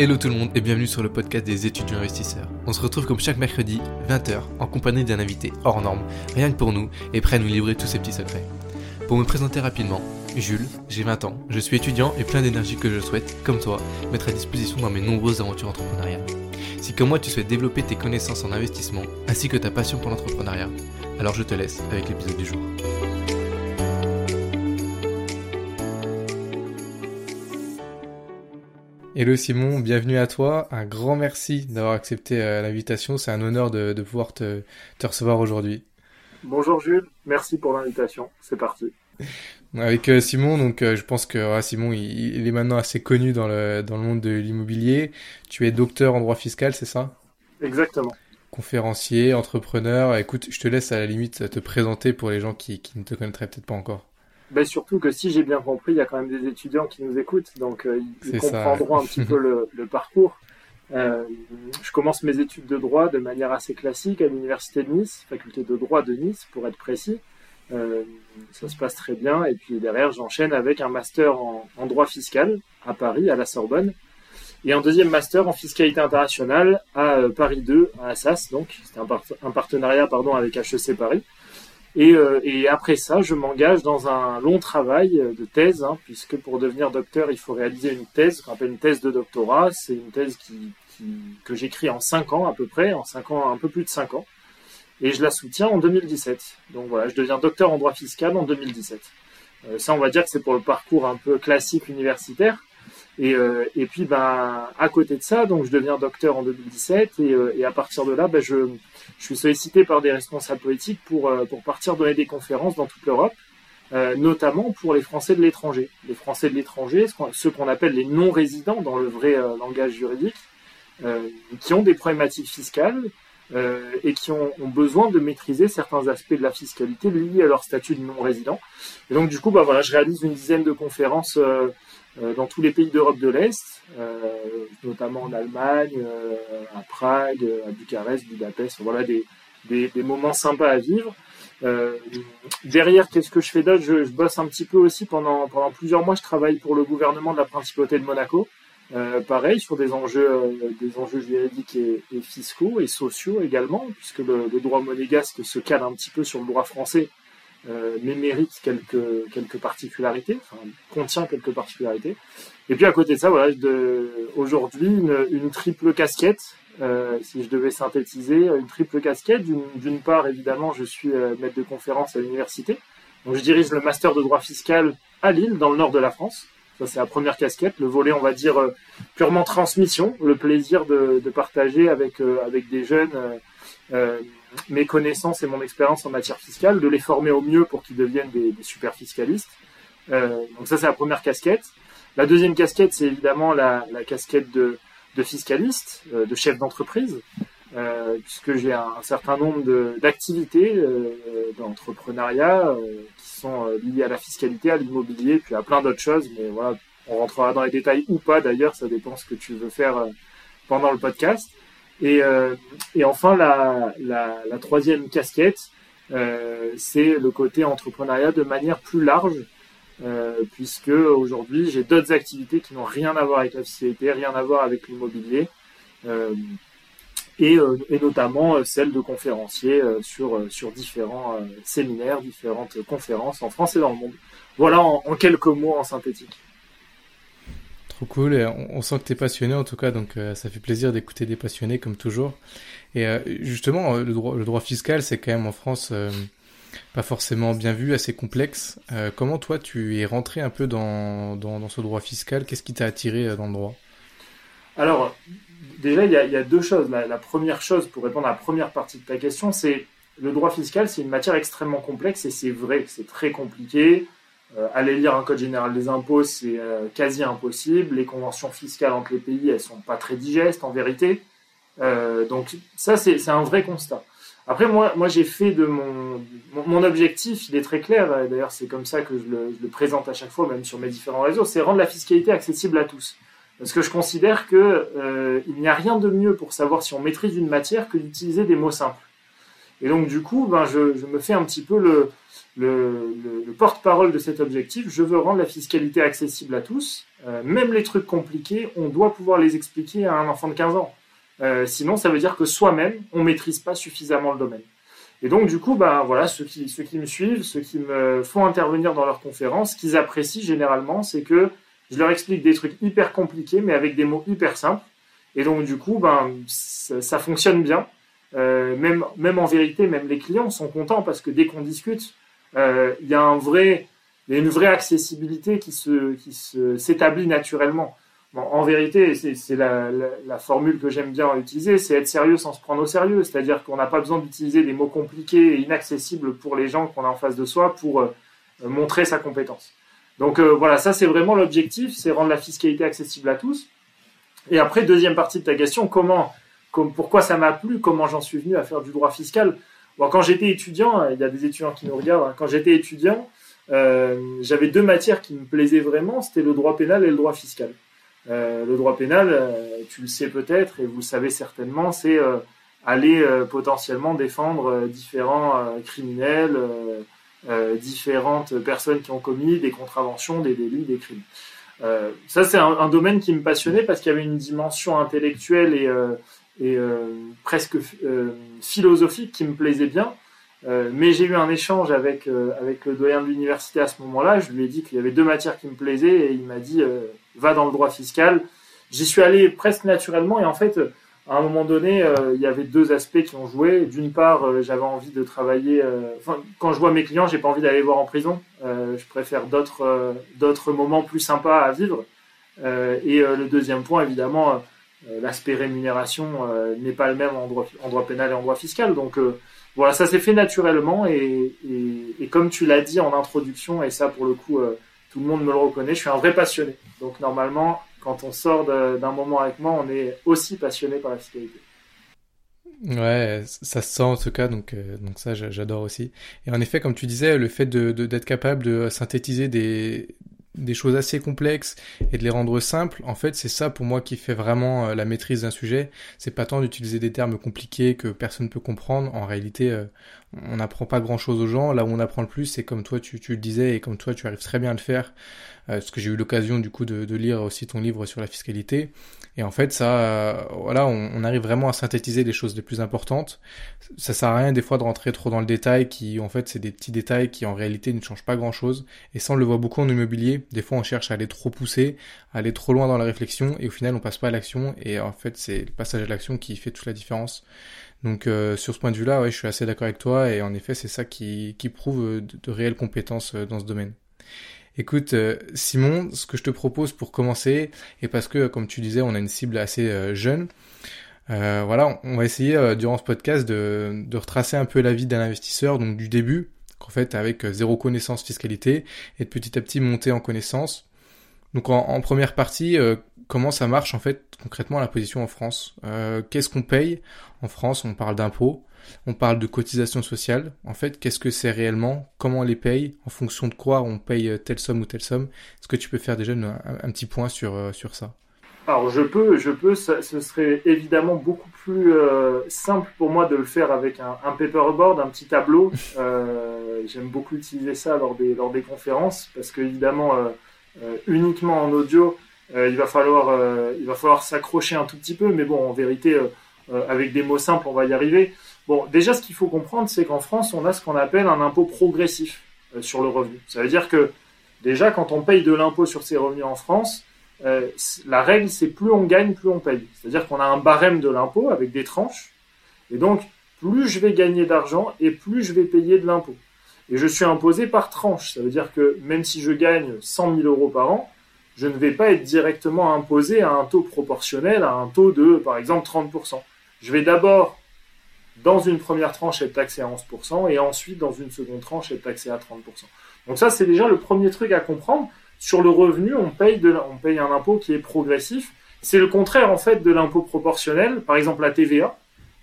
Hello tout le monde et bienvenue sur le podcast des étudiants investisseurs. On se retrouve comme chaque mercredi, 20h, en compagnie d'un invité hors norme, rien que pour nous, et prêt à nous livrer tous ses petits secrets. Pour me présenter rapidement, Jules, j'ai 20 ans, je suis étudiant et plein d'énergie que je souhaite, comme toi, mettre à disposition dans mes nombreuses aventures entrepreneuriales. Si comme moi tu souhaites développer tes connaissances en investissement, ainsi que ta passion pour l'entrepreneuriat, alors je te laisse avec l'épisode du jour. Hello Simon, bienvenue à toi. Un grand merci d'avoir accepté l'invitation. C'est un honneur de pouvoir te recevoir aujourd'hui. Bonjour Jules, merci pour l'invitation. C'est parti. Avec Simon, donc je pense que Simon il est maintenant assez connu dans le monde de l'immobilier. Tu es docteur en droit fiscal, c'est ça ? Exactement. Conférencier, entrepreneur. Écoute, je te laisse à la limite te présenter pour les gens qui ne te connaîtraient peut-être pas encore. Ben surtout que si j'ai bien compris, il y a quand même des étudiants qui nous écoutent, donc ils comprendront un petit peu le parcours. Je commence mes études de droit de manière assez classique à l'université de Nice, faculté de droit de Nice pour être précis. Ça se passe très bien et puis derrière j'enchaîne avec un master en droit fiscal à Paris, à la Sorbonne, et un deuxième master en fiscalité internationale à Paris 2, à Assas, donc c'était un partenariat avec HEC Paris. Et après ça, je m'engage dans un long travail de thèse, puisque pour devenir docteur, il faut réaliser une thèse, qu'on appelle une thèse de doctorat. C'est une thèse que j'écris en 5 ans à peu près, en 5 ans, un peu plus de 5 ans. Et je la soutiens en 2017. Donc voilà, je deviens docteur en droit fiscal en 2017. Ça, on va dire que c'est pour le parcours un peu classique universitaire. Et puis, à côté de ça, donc je deviens docteur en 2017 et à partir de là, je suis sollicité par des responsables politiques pour partir donner des conférences dans toute l'Europe, notamment pour les Français de l'étranger. Les Français de l'étranger, ceux qu'on appelle les non-résidents dans le vrai langage juridique, qui ont des problématiques fiscales et qui ont besoin de maîtriser certains aspects de la fiscalité liés à leur statut de non-résident. Et donc du coup, je réalise une dizaine de conférences dans tous les pays d'Europe de l'Est, notamment en Allemagne, à Prague, à Bucarest, Budapest. Voilà des moments sympas à vivre. Derrière, qu'est-ce que je fais d'autre ? Je bosse un petit peu aussi pendant plusieurs mois. Je travaille pour le gouvernement de la Principauté de Monaco. Pareil, sur des enjeux juridiques et fiscaux et sociaux également, puisque le droit monégasque se cale un petit peu sur le droit français, mais mérite quelques particularités, contient quelques particularités. Et puis à côté de ça, aujourd'hui une triple casquette, si je devais synthétiser, une triple casquette. D'une part, évidemment, je suis maître de conférence à l'université, donc je dirige le master de droit fiscal à Lille, dans le nord de la France. Ça, c'est la première casquette, le volet, on va dire, purement transmission, le plaisir de partager avec des jeunes mes connaissances et mon expérience en matière fiscale, de les former au mieux pour qu'ils deviennent des super fiscalistes. Donc ça, c'est la première casquette. La deuxième casquette, c'est évidemment la casquette de fiscaliste, de chef d'entreprise, puisque j'ai un certain nombre d'activités d'entrepreneuriat qui sont liées à la fiscalité, à l'immobilier, puis à plein d'autres choses. Mais voilà, on rentrera dans les détails ou pas d'ailleurs, ça dépend ce que tu veux faire pendant le podcast. Et enfin, la troisième casquette, c'est le côté entrepreneuriat de manière plus large, puisque aujourd'hui, j'ai d'autres activités qui n'ont rien à voir avec la fiscalité, rien à voir avec l'immobilier, et notamment celle de conférencier sur différents séminaires, différentes conférences en France et dans le monde. Voilà en quelques mots, en synthétique. Trop cool, et on sent que tu es passionné en tout cas, donc ça fait plaisir d'écouter des passionnés comme toujours. Et justement, le droit fiscal, c'est quand même en France pas forcément bien vu, assez complexe. Comment toi, tu es rentré un peu dans ce droit fiscal ? Qu'est-ce qui t'a attiré dans le droit ? Alors, déjà, il y a deux choses. La première chose, pour répondre à la première partie de ta question, c'est le droit fiscal, c'est une matière extrêmement complexe et c'est vrai que c'est très compliqué. Aller lire un code général des impôts, c'est quasi impossible. Les conventions fiscales entre les pays, elles sont pas très digestes en vérité. Donc ça, c'est un vrai constat. Après, moi j'ai fait de mon objectif, il est très clair. D'ailleurs, c'est comme ça que je le présente à chaque fois, même sur mes différents réseaux, c'est rendre la fiscalité accessible à tous. Parce que je considère que il n'y a rien de mieux pour savoir si on maîtrise une matière que d'utiliser des mots simples. Et donc, du coup, je me fais un petit peu le porte-parole de cet objectif. Je veux rendre la fiscalité accessible à tous. Même les trucs compliqués, on doit pouvoir les expliquer à un enfant de 15 ans. Sinon, ça veut dire que soi-même, on maîtrise pas suffisamment le domaine. Et donc, du coup, voilà, ceux qui me suivent, ceux qui me font intervenir dans leurs conférences, ce qu'ils apprécient généralement, c'est que je leur explique des trucs hyper compliqués, mais avec des mots hyper simples. Et donc, du coup, ça fonctionne bien. Même en vérité, même les clients sont contents parce que dès qu'on discute, il y a une vraie accessibilité qui s'établit naturellement. Bon, en vérité, c'est la formule que j'aime bien utiliser, c'est être sérieux sans se prendre au sérieux. C'est-à-dire qu'on n'a pas besoin d'utiliser des mots compliqués et inaccessibles pour les gens qu'on a en face de soi pour montrer sa compétence. Donc voilà, ça c'est vraiment l'objectif, c'est rendre la fiscalité accessible à tous. Et après, deuxième partie de ta question, pourquoi ça m'a plu, comment j'en suis venu à faire du droit fiscal. Bon, quand j'étais étudiant, il y a des étudiants qui nous regardent, quand j'étais étudiant, j'avais 2 matières qui me plaisaient vraiment, c'était le droit pénal et le droit fiscal. Le droit pénal, tu le sais peut-être et vous le savez certainement, c'est aller potentiellement défendre différents criminels, différentes personnes qui ont commis des contraventions, des délits, des crimes. Ça, c'est un domaine qui me passionnait parce qu'il y avait une dimension intellectuelle et presque philosophique qui me plaisait bien. Mais j'ai eu un échange avec le doyen de l'université à ce moment-là. Je lui ai dit qu'il y avait 2 matières qui me plaisaient et il m'a dit va dans le droit fiscal. J'y suis allé presque naturellement et en fait, à un moment donné, il y avait 2 aspects qui ont joué. D'une part, j'avais envie de travailler. Quand je vois mes clients, j'ai pas envie d'aller voir en prison. Je préfère d'autres moments plus sympas à vivre. Et le deuxième point, évidemment, l'aspect rémunération n'est pas le même en droit pénal et en droit fiscal. Donc voilà, ça s'est fait naturellement et comme tu l'as dit en introduction, et ça pour le coup, tout le monde me le reconnaît, je suis un vrai passionné. Donc normalement, quand on sort d'un moment avec moi, on est aussi passionné par la fiscalité. Ouais, ça se sent en tout cas, donc ça j'adore aussi. Et en effet, comme tu disais, le fait d'être capable de synthétiser des choses assez complexes et de les rendre simples, en fait, c'est ça pour moi qui fait vraiment la maîtrise d'un sujet. C'est pas tant d'utiliser des termes compliqués que personne peut comprendre. En réalité, on n'apprend pas grand-chose aux gens. Là où on apprend le plus, c'est comme toi tu le disais et comme toi tu arrives très bien à le faire. Parce que j'ai eu l'occasion du coup de lire aussi ton livre sur la fiscalité. Et en fait, ça, voilà, on arrive vraiment à synthétiser les choses les plus importantes. Ça sert à rien des fois de rentrer trop dans le détail, qui en fait c'est des petits détails qui en réalité ne changent pas grand-chose. Et ça, on le voit beaucoup en immobilier. Des fois, on cherche à aller trop pousser, à aller trop loin dans la réflexion, et au final, on passe pas à l'action. Et en fait, c'est le passage à l'action qui fait toute la différence. Donc sur ce point de vue-là, ouais, je suis assez d'accord avec toi. Et en effet, c'est ça qui prouve de réelles compétences dans ce domaine. Écoute, Simon, ce que je te propose pour commencer, et parce que, comme tu disais, on a une cible assez jeune, voilà, on va essayer durant ce podcast de retracer un peu la vie d'un investisseur, donc du début, qu'en fait, avec zéro connaissance fiscalité, et de petit à petit monter en connaissance. Donc en première partie, comment ça marche en fait concrètement l'imposition en France ? Qu'est-ce qu'on paye en France ? On parle d'impôts. On parle de cotisation sociale. En fait, qu'est-ce que c'est réellement ? Comment on les paye ? En fonction de quoi on paye telle somme ou telle somme ? Est-ce que tu peux faire déjà un petit point sur ça ? Alors je peux. Ce serait évidemment beaucoup plus simple pour moi de le faire avec un paperboard, un petit tableau. J'aime beaucoup utiliser ça lors des conférences parce que évidemment uniquement en audio, il va falloir s'accrocher un tout petit peu, mais bon, en vérité, avec des mots simples, on va y arriver. Bon, déjà, ce qu'il faut comprendre, c'est qu'en France, on a ce qu'on appelle un impôt progressif sur le revenu. Ça veut dire que, déjà, quand on paye de l'impôt sur ses revenus en France, la règle, c'est plus on gagne, plus on paye. C'est-à-dire qu'on a un barème de l'impôt avec des tranches, et donc, plus je vais gagner d'argent et plus je vais payer de l'impôt. Et je suis imposé par tranche. Ça veut dire que même si je gagne 100 000 euros par an, je ne vais pas être directement imposé à un taux proportionnel, à un taux de, par exemple, 30%. Je vais d'abord, dans une première tranche, être taxé à 11%, et ensuite, dans une seconde tranche, être taxé à 30%. Donc ça, c'est déjà le premier truc à comprendre. Sur le revenu, on paye un impôt qui est progressif. C'est le contraire, en fait, de l'impôt proportionnel. Par exemple, la TVA.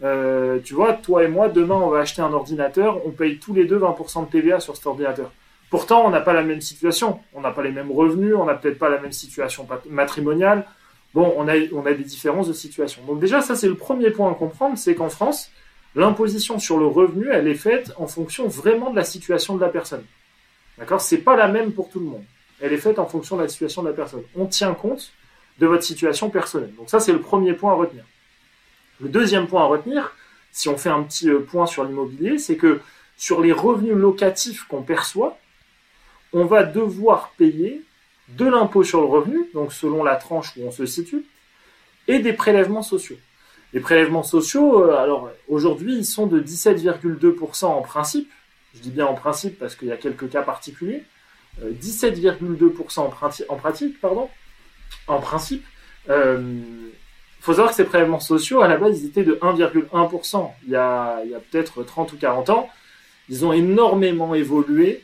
Tu vois, toi et moi, demain, on va acheter un ordinateur, on paye tous les deux 20% de TVA sur cet ordinateur. Pourtant, on n'a pas la même situation. On n'a pas les mêmes revenus, on n'a peut-être pas la même situation matrimoniale. Bon, on a des différences de situation. Donc déjà, ça, c'est le premier point à comprendre, c'est qu'en France, L'imposition sur le revenu, elle est faite en fonction vraiment de la situation de la personne. D'accord ? C'est pas la même pour tout le monde. Elle est faite en fonction de la situation de la personne. On tient compte de votre situation personnelle. Donc ça, c'est le premier point à retenir. Le deuxième point à retenir, si on fait un petit point sur l'immobilier, c'est que sur les revenus locatifs qu'on perçoit, on va devoir payer de l'impôt sur le revenu, donc selon la tranche où on se situe, et des prélèvements sociaux. Les prélèvements sociaux, alors aujourd'hui, ils sont de 17,2% en principe. Je dis bien en principe parce qu'il y a quelques cas particuliers. 17,2% en principe. Faut savoir que ces prélèvements sociaux, à la base, ils étaient de 1,1%. Il y a peut-être 30 ou 40 ans. Ils ont énormément évolué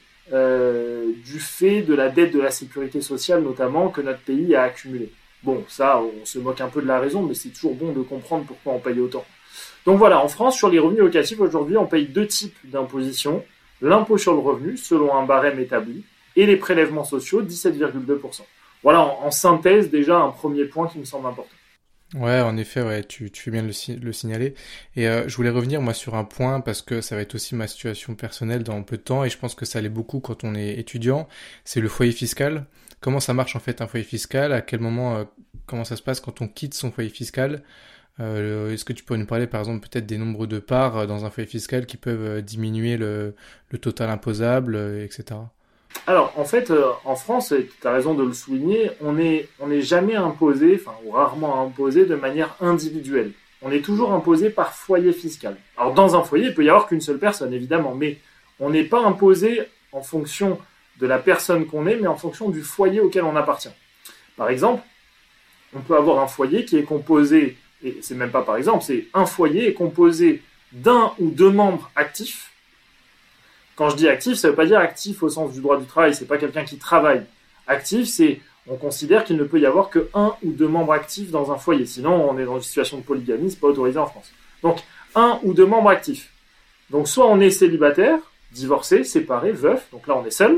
du fait de la dette de la sécurité sociale, notamment, que notre pays a accumulée. Bon, ça, on se moque un peu de la raison, mais c'est toujours bon de comprendre pourquoi on paye autant. Donc voilà, en France, sur les revenus locatifs, aujourd'hui, on paye deux types d'imposition. L'impôt sur le revenu, selon un barème établi, et les prélèvements sociaux, 17,2%. Voilà, en synthèse, déjà, un premier point qui me semble important. Ouais, en effet, ouais, tu fais bien de le signaler. Et je voulais revenir, moi, sur un point, parce que ça va être aussi ma situation personnelle dans peu de temps, et je pense que ça l'est beaucoup quand on est étudiant, c'est le foyer fiscal. Comment ça marche, en fait, un foyer fiscal? À quel moment, comment ça se passe quand on quitte son foyer fiscal? Est-ce que tu pourrais nous parler, par exemple, peut-être des nombres de parts dans un foyer fiscal qui peuvent diminuer le total imposable, etc.? Alors, en fait, en France, tu as raison de le souligner, on n'est jamais imposé, ou rarement imposé de manière individuelle. On est toujours imposé par foyer fiscal. Alors, dans un foyer, il peut y avoir qu'une seule personne, évidemment, mais on n'est pas imposé en fonction de la personne qu'on est, mais en fonction du foyer auquel on appartient. Par exemple, on peut avoir un foyer qui est composé, et c'est même pas par exemple, c'est un foyer est composé d'un ou deux membres actifs. Quand je dis actif, ça ne veut pas dire actif au sens du droit du travail, c'est pas quelqu'un qui travaille. Actif, c'est, on considère qu'il ne peut y avoir que un ou deux membres actifs dans un foyer. Sinon, on est dans une situation de polygamie, c'est pas autorisé en France. Donc, un ou deux membres actifs. Donc, soit on est célibataire, divorcé, séparé, veuf, donc là on est seul.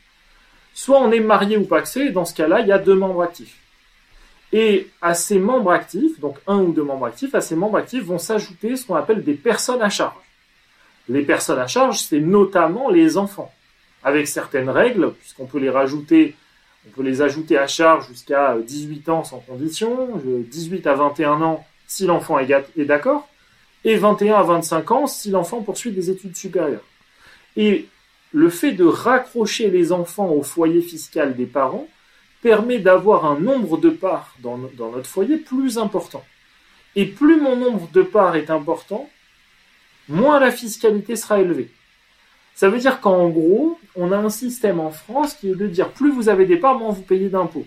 Soit on est marié ou pacsé, et dans ce cas-là, il y a deux membres actifs. Et à ces membres actifs, donc un ou deux membres actifs, à ces membres actifs vont s'ajouter ce qu'on appelle des personnes à charge. Les personnes à charge, c'est notamment les enfants, avec certaines règles, puisqu'on peut les rajouter, on peut les ajouter à charge jusqu'à 18 ans sans condition, 18 à 21 ans si l'enfant est d'accord, et 21 à 25 ans si l'enfant poursuit des études supérieures. Et le fait de raccrocher les enfants au foyer fiscal des parents permet d'avoir un nombre de parts dans notre foyer plus important. Et plus mon nombre de parts est important, moins la fiscalité sera élevée. Ça veut dire qu'en gros, on a un système en France qui est de dire plus vous avez des parts, moins vous payez d'impôts.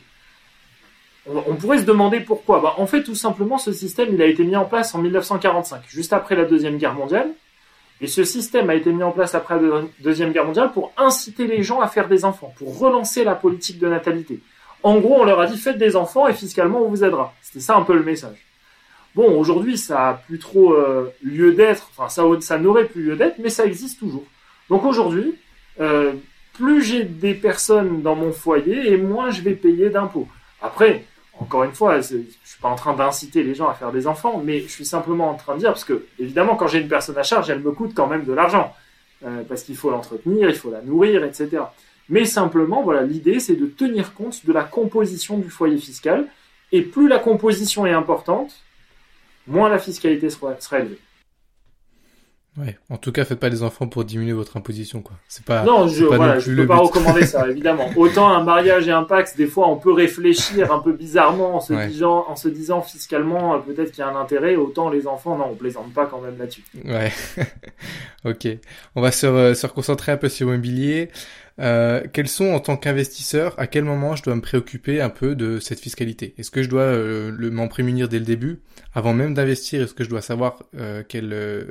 On pourrait se demander pourquoi. En fait, tout simplement, ce système il a été mis en place en 1945, juste après la Deuxième Guerre mondiale. Et ce système a été mis en place après la Deuxième Guerre mondiale pour inciter les gens à faire des enfants, pour relancer la politique de natalité. En gros, on leur a dit faites des enfants et fiscalement on vous aidera. C'était ça un peu le message. Bon, aujourd'hui, ça a plus trop lieu d'être, ça n'aurait plus lieu d'être, mais ça existe toujours. Donc aujourd'hui, plus j'ai des personnes dans mon foyer et moins je vais payer d'impôts. Après, encore une fois, je suis pas en train d'inciter les gens à faire des enfants, mais je suis simplement en train de dire, parce que évidemment, quand j'ai une personne à charge, elle me coûte quand même de l'argent, parce qu'il faut l'entretenir, il faut la nourrir, etc. Mais simplement, voilà, l'idée, c'est de tenir compte de la composition du foyer fiscal, et plus la composition est importante, moins la fiscalité sera élevée. Ouais, en tout cas, faites pas des enfants pour diminuer votre imposition, quoi. Je peux pas recommander ça, évidemment. Autant un mariage et un Pacs, des fois, on peut réfléchir un peu bizarrement en se disant fiscalement, peut-être qu'il y a un intérêt, autant les enfants, non, on plaisante pas quand même là-dessus. Ouais. Ok. On va se reconcentrer un peu sur l'immobilier. Quels sont, en tant qu'investisseur, à quel moment je dois me préoccuper un peu de cette fiscalité? Est-ce que je dois m'en prémunir dès le début, avant même d'investir? Est-ce que je dois savoir quel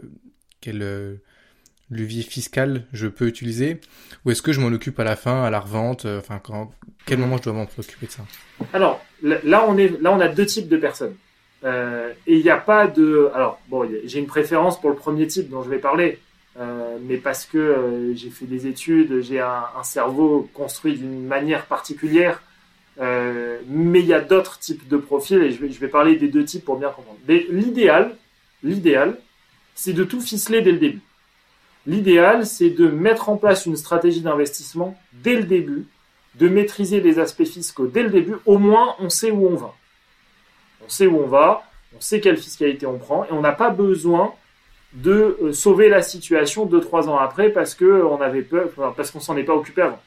levier fiscal je peux utiliser, ou est-ce que je m'en occupe à la fin, à la revente, quel moment je dois m'en préoccuper de ça? Alors là on a deux types de personnes, et il n'y a pas de, j'ai une préférence pour le premier type dont je vais parler, mais parce que j'ai fait des études, j'ai un cerveau construit d'une manière particulière, mais il y a d'autres types de profils et je vais parler des deux types pour bien comprendre. Mais l'idéal, c'est de tout ficeler dès le début. L'idéal, c'est de mettre en place une stratégie d'investissement dès le début, de maîtriser les aspects fiscaux dès le début. Au moins, on sait où on va. On sait où on va, on sait quelle fiscalité on prend, et on n'a pas besoin de sauver la situation 2-3 ans après parce qu'on avait peur, parce qu'on s'en est pas occupé avant.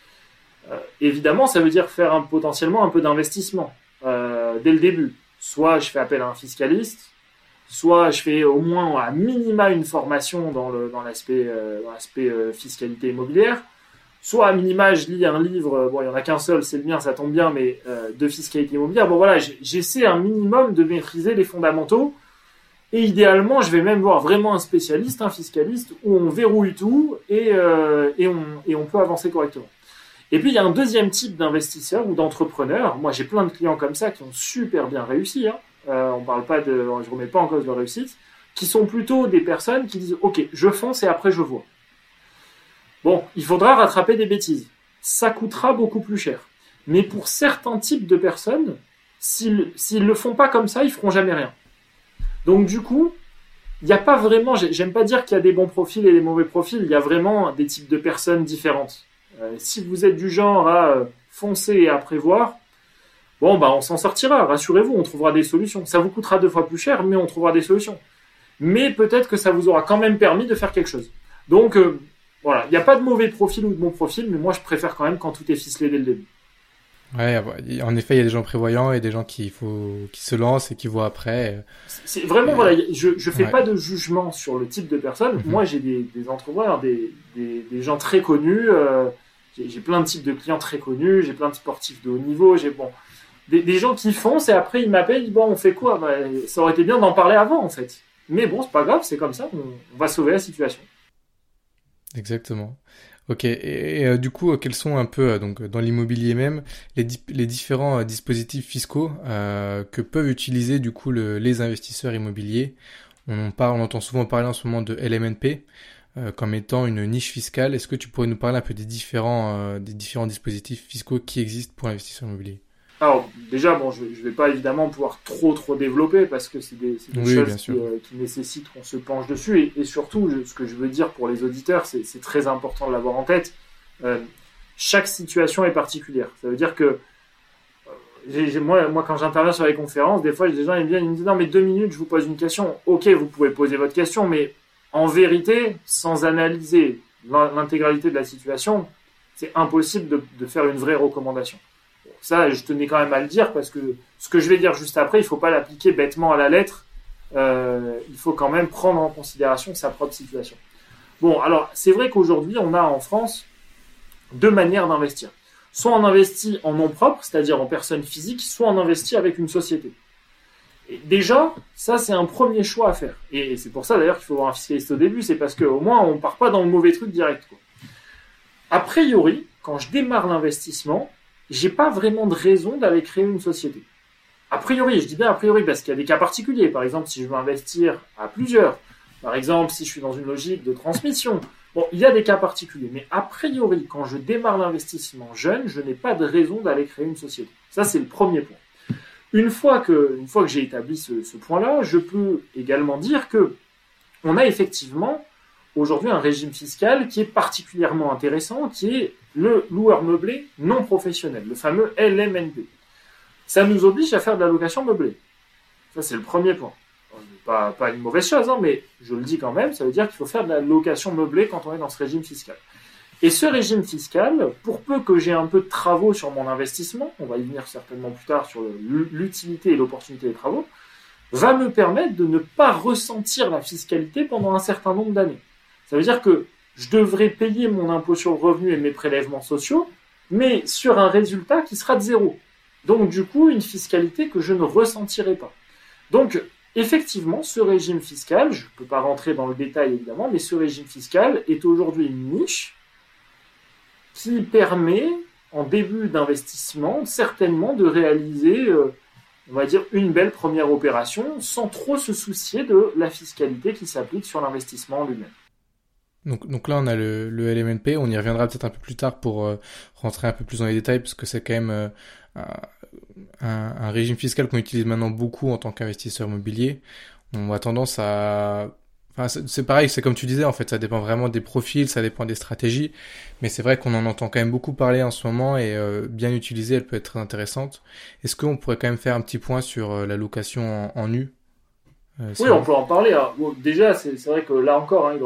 Évidemment, ça veut dire faire potentiellement un peu d'investissement dès le début. Soit je fais appel à un fiscaliste, soit je fais au moins à minima une formation dans l'aspect fiscalité immobilière, soit à minima je lis un livre, bon il n'y en a qu'un seul, c'est le mien, ça tombe bien, mais de fiscalité immobilière. Bon voilà, j'essaie un minimum de maîtriser les fondamentaux, et idéalement je vais même voir vraiment un spécialiste, un fiscaliste, où on verrouille tout et on peut avancer correctement. Et puis il y a un deuxième type d'investisseur ou d'entrepreneur. Moi j'ai plein de clients comme ça qui ont super bien réussi, hein. Je remets pas en cause leur réussite, qui sont plutôt des personnes qui disent ok, je fonce et après je vois. Bon, il faudra rattraper des bêtises, ça coûtera beaucoup plus cher, mais pour certains types de personnes, s'ils le font pas comme ça, ils feront jamais rien. Donc du coup, il n'y a pas vraiment, j'aime pas dire qu'il y a des bons profils et des mauvais profils, il y a vraiment des types de personnes différentes. Si vous êtes du genre à foncer et à prévoir, bon, bah, on s'en sortira, rassurez-vous, on trouvera des solutions. Ça vous coûtera 2 fois plus cher, mais on trouvera des solutions. Mais peut-être que ça vous aura quand même permis de faire quelque chose. Donc, voilà, il n'y a pas de mauvais profil ou de bon profil, mais moi, je préfère quand même quand tout est ficelé dès le début. Ouais, en effet, il y a des gens prévoyants et des gens qui se lancent et qui voient après. C'est vraiment, voilà, je fais pas de jugement sur le type de personne. Moi, j'ai des entrepreneurs, des gens très connus, j'ai plein de types de clients très connus, j'ai plein de sportifs de haut niveau, des gens qui foncent et après ils m'appellent, ils disent bon on fait quoi, ça aurait été bien d'en parler avant en fait. Mais bon c'est pas grave, c'est comme ça, on va sauver la situation. Exactement. Ok, et du coup quels sont un peu donc dans l'immobilier même les différents dispositifs fiscaux que peuvent utiliser du coup les investisseurs immobiliers. On entend souvent parler en ce moment de LMNP comme étant une niche fiscale. Est-ce que tu pourrais nous parler un peu des différents dispositifs fiscaux qui existent pour l'investisseur immobilier? Alors déjà, bon, je vais pas évidemment pouvoir trop développer parce que c'est des choses qui nécessitent qu'on se penche dessus. Et surtout, ce que je veux dire pour les auditeurs, c'est très important de l'avoir en tête. Chaque situation est particulière. Ça veut dire que moi, quand j'interviens sur les conférences, des fois, des gens ils me disent non mais 2 minutes, je vous pose une question. Ok, vous pouvez poser votre question, mais en vérité, sans analyser l'intégralité de la situation, c'est impossible de faire une vraie recommandation. Ça, je tenais quand même à le dire parce que ce que je vais dire juste après, il ne faut pas l'appliquer bêtement à la lettre. Il faut quand même prendre en considération sa propre situation. Bon, alors, c'est vrai qu'aujourd'hui, on a en France 2 manières d'investir. Soit on investit en nom propre, c'est-à-dire en personne physique, soit on investit avec une société. Et déjà, ça, c'est un premier choix à faire. Et c'est pour ça, d'ailleurs, qu'il faut avoir un fiscaliste au début. C'est parce qu'au moins, on ne part pas dans le mauvais truc direct, quoi. A priori, quand je démarre l'investissement, j'ai pas vraiment de raison d'aller créer une société. A priori, je dis bien a priori parce qu'il y a des cas particuliers. Par exemple, si je veux investir à plusieurs, par exemple, si je suis dans une logique de transmission, bon, il y a des cas particuliers. Mais a priori, quand je démarre l'investissement jeune, je n'ai pas de raison d'aller créer une société. Ça, c'est le premier point. Une fois que j'ai établi ce point-là, je peux également dire que on a effectivement aujourd'hui un régime fiscal qui est particulièrement intéressant, qui est le loueur meublé non professionnel, le fameux LMNP. Ça nous oblige à faire de la location meublée. Ça, c'est le premier point. Pas une mauvaise chose, hein, mais je le dis quand même, ça veut dire qu'il faut faire de la location meublée quand on est dans ce régime fiscal. Et ce régime fiscal, pour peu que j'ai un peu de travaux sur mon investissement, on va y venir certainement plus tard sur l'utilité et l'opportunité des travaux, va me permettre de ne pas ressentir la fiscalité pendant un certain nombre d'années. Ça veut dire que je devrais payer mon impôt sur le revenu et mes prélèvements sociaux, mais sur un résultat qui sera de 0. Donc du coup, une fiscalité que je ne ressentirai pas. Donc, effectivement, ce régime fiscal, je ne peux pas rentrer dans le détail évidemment, mais ce régime fiscal est aujourd'hui une niche qui permet, en début d'investissement, certainement de réaliser, on va dire, une belle première opération sans trop se soucier de la fiscalité qui s'applique sur l'investissement en lui-même. Donc là, on a le LMNP, on y reviendra peut-être un peu plus tard pour rentrer un peu plus dans les détails, parce que c'est quand même un régime fiscal qu'on utilise maintenant beaucoup en tant qu'investisseur immobilier. On a tendance à Enfin, c'est pareil, c'est comme tu disais, en fait, ça dépend vraiment des profils, ça dépend des stratégies, mais c'est vrai qu'on en entend quand même beaucoup parler en ce moment et bien utilisée, elle peut être très intéressante. Est-ce qu'on pourrait quand même faire un petit point sur la location en nu Oui, on peut en parler. Hein. Bon, déjà, c'est vrai que là encore, hein,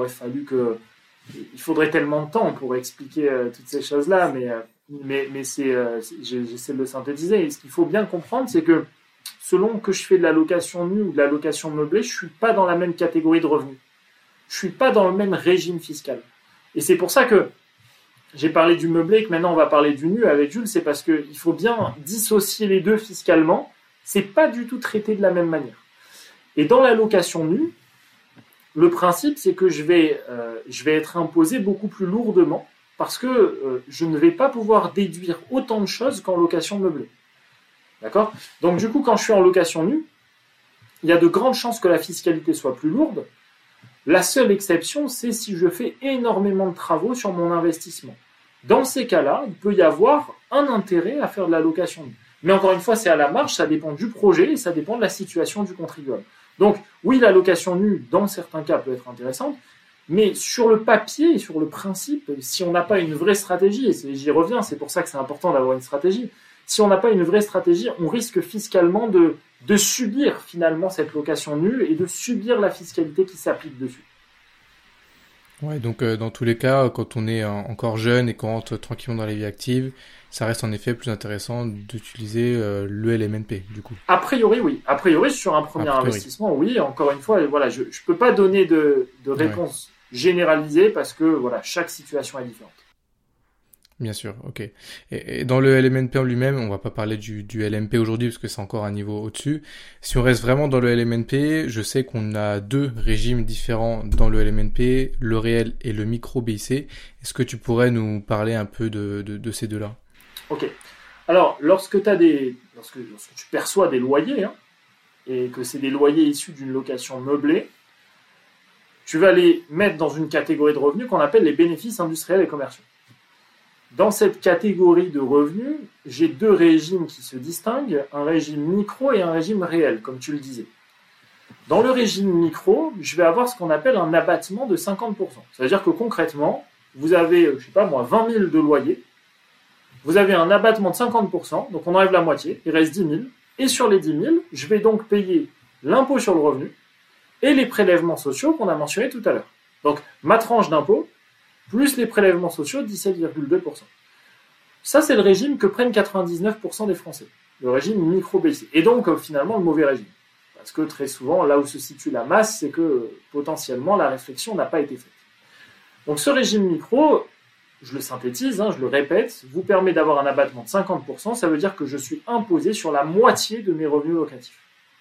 il faudrait tellement de temps pour expliquer toutes ces choses-là, mais j'essaie de le synthétiser. Et ce qu'il faut bien comprendre, c'est que selon que je fais de la location nue ou de la location meublée, je suis pas dans la même catégorie de revenus. Je suis pas dans le même régime fiscal. Et c'est pour ça que j'ai parlé du meublé et que maintenant on va parler du nu avec Jules, c'est parce qu'il faut bien dissocier les deux fiscalement. C'est pas du tout traité de la même manière. Et dans la location nue, le principe, c'est que je vais être imposé beaucoup plus lourdement parce que je ne vais pas pouvoir déduire autant de choses qu'en location meublée. D'accord ? Donc du coup, quand je suis en location nue, il y a de grandes chances que la fiscalité soit plus lourde. La seule exception, c'est si je fais énormément de travaux sur mon investissement. Dans ces cas-là, il peut y avoir un intérêt à faire de la location nue. Mais encore une fois, c'est à la marge, ça dépend du projet et ça dépend de la situation du contribuable. Donc oui, la location nue, dans certains cas, peut être intéressante, mais sur le papier et sur le principe, si on n'a pas une vraie stratégie, et j'y reviens, c'est pour ça que c'est important d'avoir une stratégie, si on n'a pas une vraie stratégie, on risque fiscalement de subir finalement cette location nue et de subir la fiscalité qui s'applique dessus. Ouais, donc dans tous les cas, quand on est encore jeune et qu'on rentre tranquillement dans la vie active, ça reste en effet plus intéressant d'utiliser le LMNP, du coup. A priori, oui. A priori, sur un premier investissement, oui. Encore une fois, voilà, je peux pas donner de réponse généralisée parce que voilà, chaque situation est différente. Bien sûr, ok. Et dans le LMNP en lui-même, on va pas parler du LMP aujourd'hui parce que c'est encore un niveau au-dessus. Si on reste vraiment dans le LMNP, je sais qu'on a deux régimes différents dans le LMNP, le réel et le micro BIC. Est-ce que tu pourrais nous parler un peu de ces deux-là ? Ok. Alors, lorsque tu perçois des loyers, hein, et que c'est des loyers issus d'une location meublée, tu vas les mettre dans une catégorie de revenus qu'on appelle les bénéfices industriels et commerciaux. Dans cette catégorie de revenus, j'ai deux régimes qui se distinguent, un régime micro et un régime réel, comme tu le disais. Dans le régime micro, je vais avoir ce qu'on appelle un abattement de 50%. C'est-à-dire que concrètement, vous avez, 20 000 de loyer, vous avez un abattement de 50%, donc on enlève la moitié, il reste 10 000, et sur les 10 000, je vais donc payer l'impôt sur le revenu et les prélèvements sociaux qu'on a mentionnés tout à l'heure. Donc ma tranche d'impôt, plus les prélèvements sociaux, 17,2%. Ça, c'est le régime que prennent 99% des Français, le régime micro-BIC. Et donc, finalement, le mauvais régime. Parce que très souvent, là où se situe la masse, c'est que potentiellement, la réflexion n'a pas été faite. Donc ce régime micro, je le synthétise, je le répète, vous permet d'avoir un abattement de 50%, ça veut dire que je suis imposé sur la moitié de mes revenus locatifs.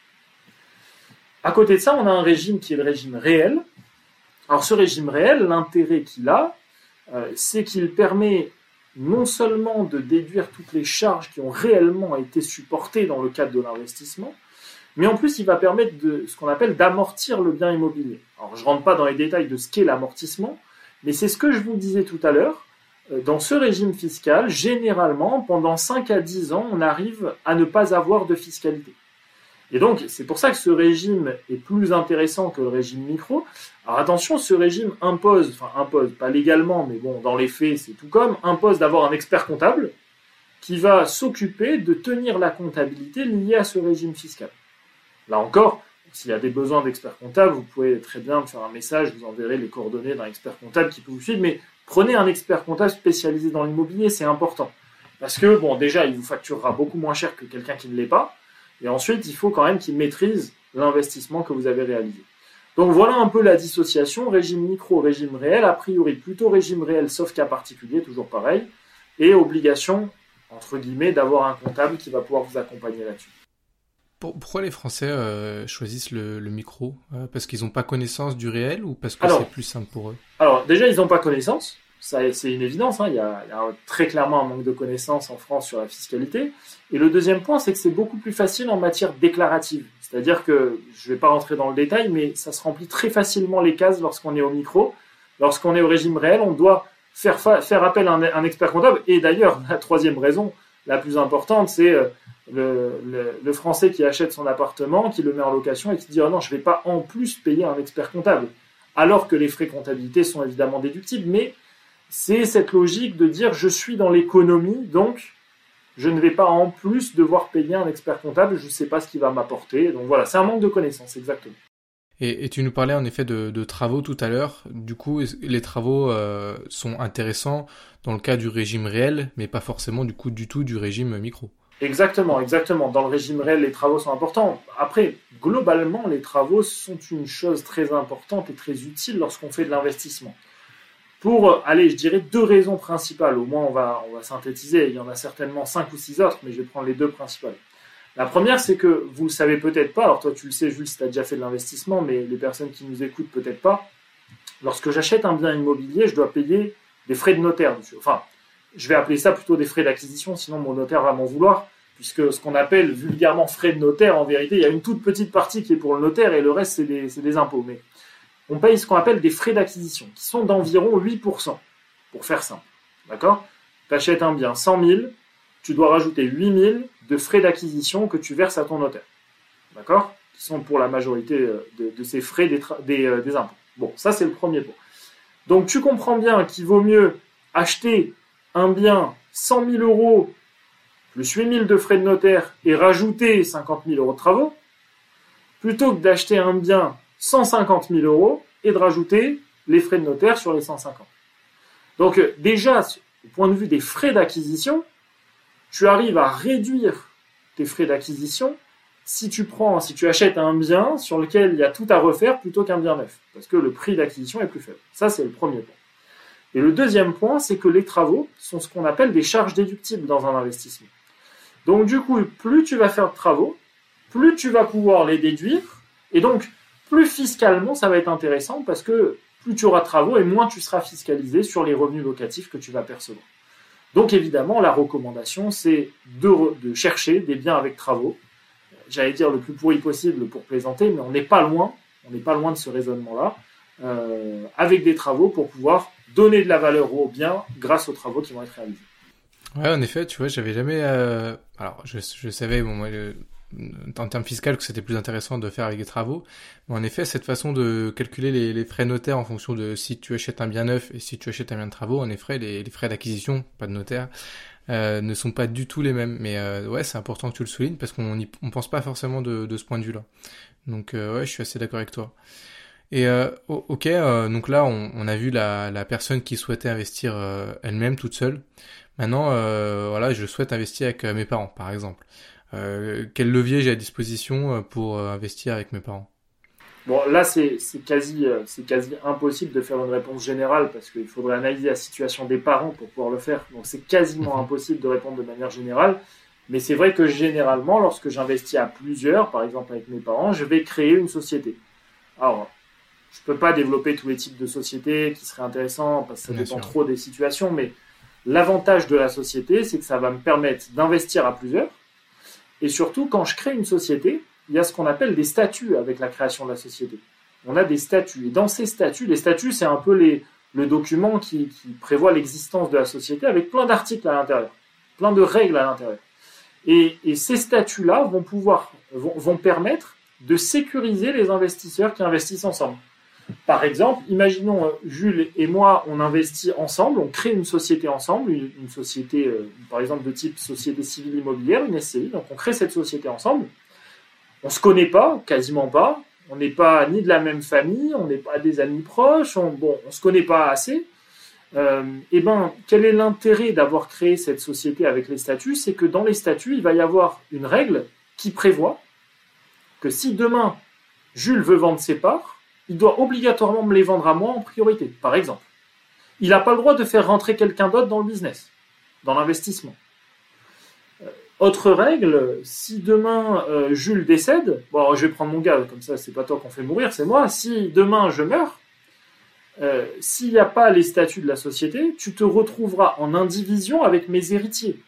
À côté de ça, on a un régime qui est le régime réel. Alors ce régime réel, l'intérêt qu'il a, c'est qu'il permet non seulement de déduire toutes les charges qui ont réellement été supportées dans le cadre de l'investissement, mais en plus il va permettre ce qu'on appelle d'amortir le bien immobilier. Alors je ne rentre pas dans les détails de ce qu'est l'amortissement, mais c'est ce que je vous disais tout à l'heure. Dans ce régime fiscal, généralement, pendant 5 à 10 ans, on arrive à ne pas avoir de fiscalité. Et donc, c'est pour ça que ce régime est plus intéressant que le régime micro. Alors attention, ce régime impose, pas légalement, mais bon, dans les faits, c'est tout comme, impose d'avoir un expert comptable qui va s'occuper de tenir la comptabilité liée à ce régime fiscal. Là encore, s'il y a des besoins d'experts comptables, vous pouvez très bien me faire un message, je vous enverrai les coordonnées d'un expert comptable qui peut vous suivre, mais prenez un expert comptable spécialisé dans l'immobilier, c'est important. Parce que, bon, déjà, il vous facturera beaucoup moins cher que quelqu'un qui ne l'est pas. Et ensuite, il faut quand même qu'il maîtrise l'investissement que vous avez réalisé. Donc voilà un peu la dissociation, régime micro, régime réel, a priori plutôt régime réel sauf cas particulier, toujours pareil, et obligation, entre guillemets, d'avoir un comptable qui va pouvoir vous accompagner là-dessus. Pourquoi les Français choisissent le micro ? Parce qu'ils n'ont pas connaissance du réel ou parce que c'est plus simple pour eux ? Alors déjà, ils n'ont pas connaissance. Ça, c'est une évidence, il y a très clairement un manque de connaissances en France sur la fiscalité. Et le deuxième point, c'est que c'est beaucoup plus facile en matière déclarative. C'est-à-dire que, je ne vais pas rentrer dans le détail, mais ça se remplit très facilement les cases lorsqu'on est au micro. Lorsqu'on est au régime réel, on doit faire appel à un expert comptable. Et d'ailleurs, la troisième raison, la plus importante, c'est le Français qui achète son appartement, qui le met en location et qui dit « Oh non, je ne vais pas en plus payer un expert comptable ». alors que les frais comptabilité sont évidemment déductibles, mais c'est cette logique de dire je suis dans l'économie, donc je ne vais pas en plus devoir payer un expert comptable, je ne sais pas ce qu'il va m'apporter. Donc voilà, c'est un manque de connaissances, exactement. Et tu nous parlais en effet de travaux tout à l'heure. Du coup, les travaux sont intéressants dans le cas du régime réel, mais pas forcément du tout du régime micro. Exactement. Dans le régime réel, les travaux sont importants. Après, globalement, les travaux sont une chose très importante et très utile lorsqu'on fait de l'investissement. Pour, je dirais 2 raisons principales. Au moins, on va synthétiser. Il y en a certainement 5 ou 6 autres, mais je vais prendre les 2 principales. La première, c'est que vous le savez peut-être pas. Alors toi, tu le sais, Jules, si tu as déjà fait de l'investissement, mais les personnes qui nous écoutent, peut-être pas. Lorsque j'achète un bien immobilier, je dois payer des frais de notaire dessus. Enfin, je vais appeler ça plutôt des frais d'acquisition, sinon mon notaire va m'en vouloir, puisque ce qu'on appelle vulgairement frais de notaire, en vérité, il y a une toute petite partie qui est pour le notaire et le reste, c'est des impôts. Mais on paye ce qu'on appelle des frais d'acquisition, qui sont d'environ 8%, pour faire simple. D'accord ? Tu achètes un bien 100 000, tu dois rajouter 8 000 de frais d'acquisition que tu verses à ton notaire. D'accord ? Qui sont pour la majorité de ces frais des impôts. Bon, ça c'est le premier point. Donc tu comprends bien qu'il vaut mieux acheter un bien 100 000 euros plus 8 000 de frais de notaire et rajouter 50 000 euros de travaux, plutôt que d'acheter un bien 150 000 euros et de rajouter les frais de notaire sur les 150. Donc déjà, au point de vue des frais d'acquisition, tu arrives à réduire tes frais d'acquisition si tu achètes un bien sur lequel il y a tout à refaire plutôt qu'un bien neuf, parce que le prix d'acquisition est plus faible. Ça, c'est le premier point. Et le deuxième point, c'est que les travaux sont ce qu'on appelle des charges déductibles dans un investissement. Donc du coup, plus tu vas faire de travaux, plus tu vas pouvoir les déduire, et donc plus fiscalement ça va être intéressant, parce que plus tu auras de travaux et moins tu seras fiscalisé sur les revenus locatifs que tu vas percevoir. Donc évidemment, la recommandation, c'est de chercher des biens avec travaux. J'allais dire le plus pourri possible pour plaisanter, mais on n'est pas loin de ce raisonnement-là, avec des travaux pour pouvoir donner de la valeur aux biens grâce aux travaux qui vont être réalisés. Ouais, en effet, tu vois, j'avais jamais... Alors, je savais, en termes fiscaux, que c'était plus intéressant de faire avec des travaux. Mais en effet, cette façon de calculer les frais notaires en fonction de si tu achètes un bien neuf et si tu achètes un bien de travaux, en effet, les frais d'acquisition, pas de notaire, ne sont pas du tout les mêmes. Mais ouais, c'est important que tu le soulignes parce qu'on pense pas forcément de ce point de vue-là. Donc ouais, je suis assez d'accord avec toi. Et ok, donc là, on a vu la personne qui souhaitait investir elle-même toute seule. Maintenant, voilà, je souhaite investir avec mes parents, par exemple. Quel levier j'ai à disposition pour investir avec mes parents ? Bon, là, c'est quasi impossible de faire une réponse générale parce qu'il faudrait analyser la situation des parents pour pouvoir le faire. Donc, c'est quasiment impossible de répondre de manière générale. Mais c'est vrai que généralement, lorsque j'investis à plusieurs, par exemple avec mes parents, je vais créer une société. Alors, je peux pas développer tous les types de sociétés qui seraient intéressants parce que ça dépend trop des situations, mais l'avantage de la société, c'est que ça va me permettre d'investir à plusieurs. Et surtout, quand je crée une société, il y a ce qu'on appelle des statuts avec la création de la société. On a des statuts. Et dans ces statuts, les statuts, c'est un peu le document qui prévoit l'existence de la société avec plein d'articles à l'intérieur, plein de règles à l'intérieur. Et ces statuts-là vont permettre de sécuriser les investisseurs qui investissent ensemble. Par exemple, imaginons Jules et moi, on investit ensemble, on crée une société ensemble, une société, par exemple, de type société civile immobilière, une SCI. Donc, on crée cette société ensemble. On se connaît pas, quasiment pas. On n'est pas ni de la même famille, on n'est pas des amis proches. On se connaît pas assez. Quel est l'intérêt d'avoir créé cette société avec les statuts ? C'est que dans les statuts, il va y avoir une règle qui prévoit que si demain Jules veut vendre ses parts, il doit obligatoirement me les vendre à moi en priorité, par exemple. Il n'a pas le droit de faire rentrer quelqu'un d'autre dans le business, dans l'investissement. Autre règle, si demain Jules décède, je vais prendre mon gars, comme ça c'est pas toi qu'on fait mourir, c'est moi. Si demain je meurs, s'il n'y a pas les statuts de la société, tu te retrouveras en indivision avec mes héritiers.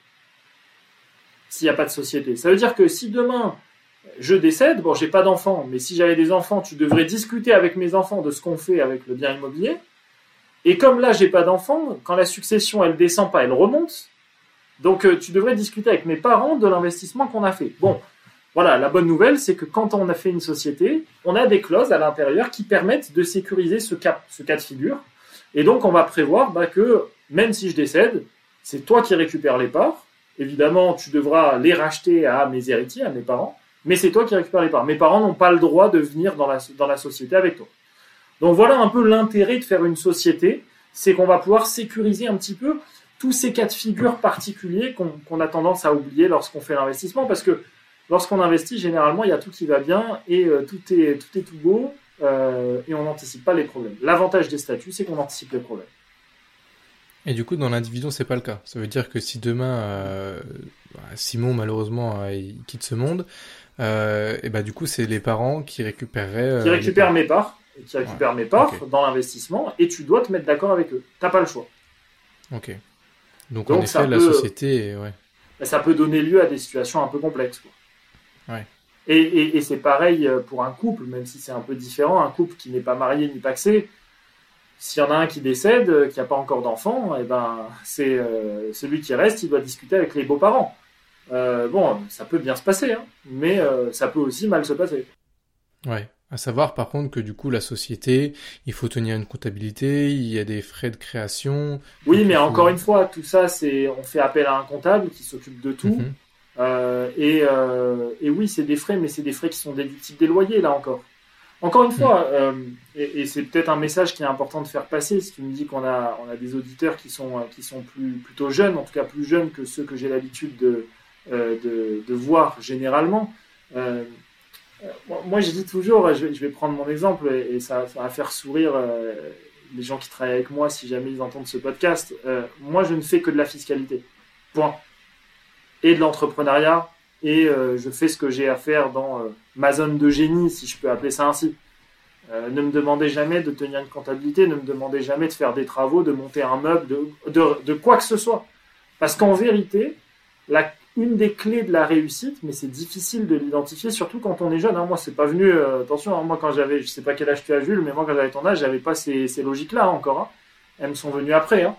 S'il n'y a pas de société. Ça veut dire que si demain je décède, j'ai pas d'enfants, mais si j'avais des enfants, tu devrais discuter avec mes enfants de ce qu'on fait avec le bien immobilier. Et comme là, j'ai pas d'enfants, quand la succession, elle descend pas, elle remonte. Donc, tu devrais discuter avec mes parents de l'investissement qu'on a fait. Bon, voilà, la bonne nouvelle, c'est que quand on a fait une société, on a des clauses à l'intérieur qui permettent de sécuriser ce cas de figure. Et donc, on va prévoir que même si je décède, c'est toi qui récupères les parts. Évidemment, tu devras les racheter à mes héritiers, à mes parents, mais c'est toi qui récupères les parts. Mes parents n'ont pas le droit de venir dans la société avec toi. Donc voilà un peu l'intérêt de faire une société, c'est qu'on va pouvoir sécuriser un petit peu tous ces cas de figure particuliers qu'on a tendance à oublier lorsqu'on fait l'investissement, parce que lorsqu'on investit, généralement, il y a tout qui va bien et tout est tout beau et on n'anticipe pas les problèmes. L'avantage des statuts, c'est qu'on anticipe les problèmes. Et du coup, dans l'individuel, c'est pas le cas. Ça veut dire que si demain, Simon, malheureusement, il quitte ce monde, et du coup, c'est les parents qui récupéreraient... qui récupèrent mes parts, dans l'investissement, et tu dois te mettre d'accord avec eux. T'as pas le choix. Ok. Donc en effet, la société... Ouais. Ça peut donner lieu à des situations un peu complexes, quoi. Ouais. Et c'est pareil pour un couple, même si c'est un peu différent. Un couple qui n'est pas marié ni pacsé, s'il y en a un qui décède, qui n'a pas encore d'enfant, c'est celui qui reste, il doit discuter avec les beaux-parents. Ça peut bien se passer, mais ça peut aussi mal se passer. Ouais. À savoir, par contre, que du coup, la société, il faut tenir une comptabilité, il y a des frais de création. Oui, mais encore une fois, tout ça, on fait appel à un comptable qui s'occupe de tout. Et oui, c'est des frais, mais c'est des frais qui sont déductibles des loyers, là encore. Encore une fois, et c'est peut-être un message qui est important de faire passer, si tu me dis qu'on a des auditeurs qui sont plutôt jeunes, en tout cas plus jeunes que ceux que j'ai l'habitude de voir généralement. Moi, je dis toujours, je vais prendre mon exemple et ça va faire sourire les gens qui travaillent avec moi si jamais ils entendent ce podcast. Moi, je ne fais que de la fiscalité. Point. Et de l'entrepreneuriat. Et je fais ce que j'ai à faire dans ma zone de génie, si je peux appeler ça ainsi. Ne me demandez jamais de tenir une comptabilité, ne me demandez jamais de faire des travaux, de monter un meuble, de quoi que ce soit. Parce qu'en vérité, une des clés de la réussite, mais c'est difficile de l'identifier, surtout quand on est jeune. Moi, c'est pas venu... attention, moi, quand j'avais... Je sais pas quel âge tu as, Jules, mais moi, quand j'avais ton âge, j'avais pas ces logiques-là encore. Elles me sont venues après.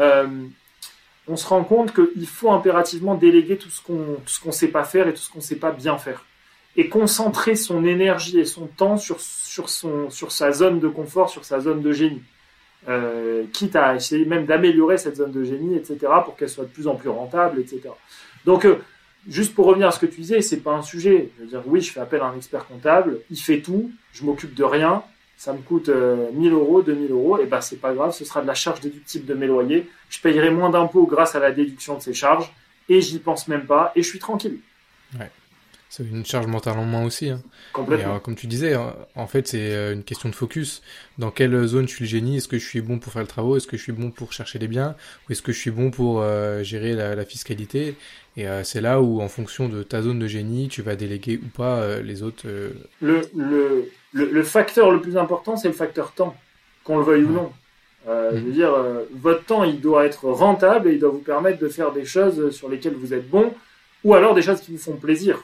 On se rend compte qu'il faut impérativement déléguer tout ce qu'on sait pas faire et tout ce qu'on sait pas bien faire. Et concentrer son énergie et son temps sur sa zone de confort, sur sa zone de génie. Quitte à essayer même d'améliorer cette zone de génie, etc., pour qu'elle soit de plus en plus rentable, etc. Donc, juste pour revenir à ce que tu disais, c'est pas un sujet. Je veux dire, oui, je fais appel à un expert comptable, il fait tout, je m'occupe de rien, ça me coûte 1 000 euros, 2 000 euros, et c'est pas grave, ce sera de la charge déductible de mes loyers, je payerai moins d'impôts grâce à la déduction de ces charges, et j'y pense même pas, et je suis tranquille. Ouais. C'est une charge mentale en moins aussi. Complètement. Et, comme tu disais, en fait, c'est une question de focus. Dans quelle zone je suis le génie? Est-ce que je suis bon pour faire le travail? Est-ce que je suis bon pour chercher les biens? Ou est-ce que je suis bon pour gérer la fiscalité? Et c'est là où, en fonction de ta zone de génie, tu vas déléguer ou pas les autres. Le facteur le plus important, c'est le facteur temps, qu'on le veuille ou non. Je veux dire, votre temps, il doit être rentable et il doit vous permettre de faire des choses sur lesquelles vous êtes bon, ou alors des choses qui vous font plaisir.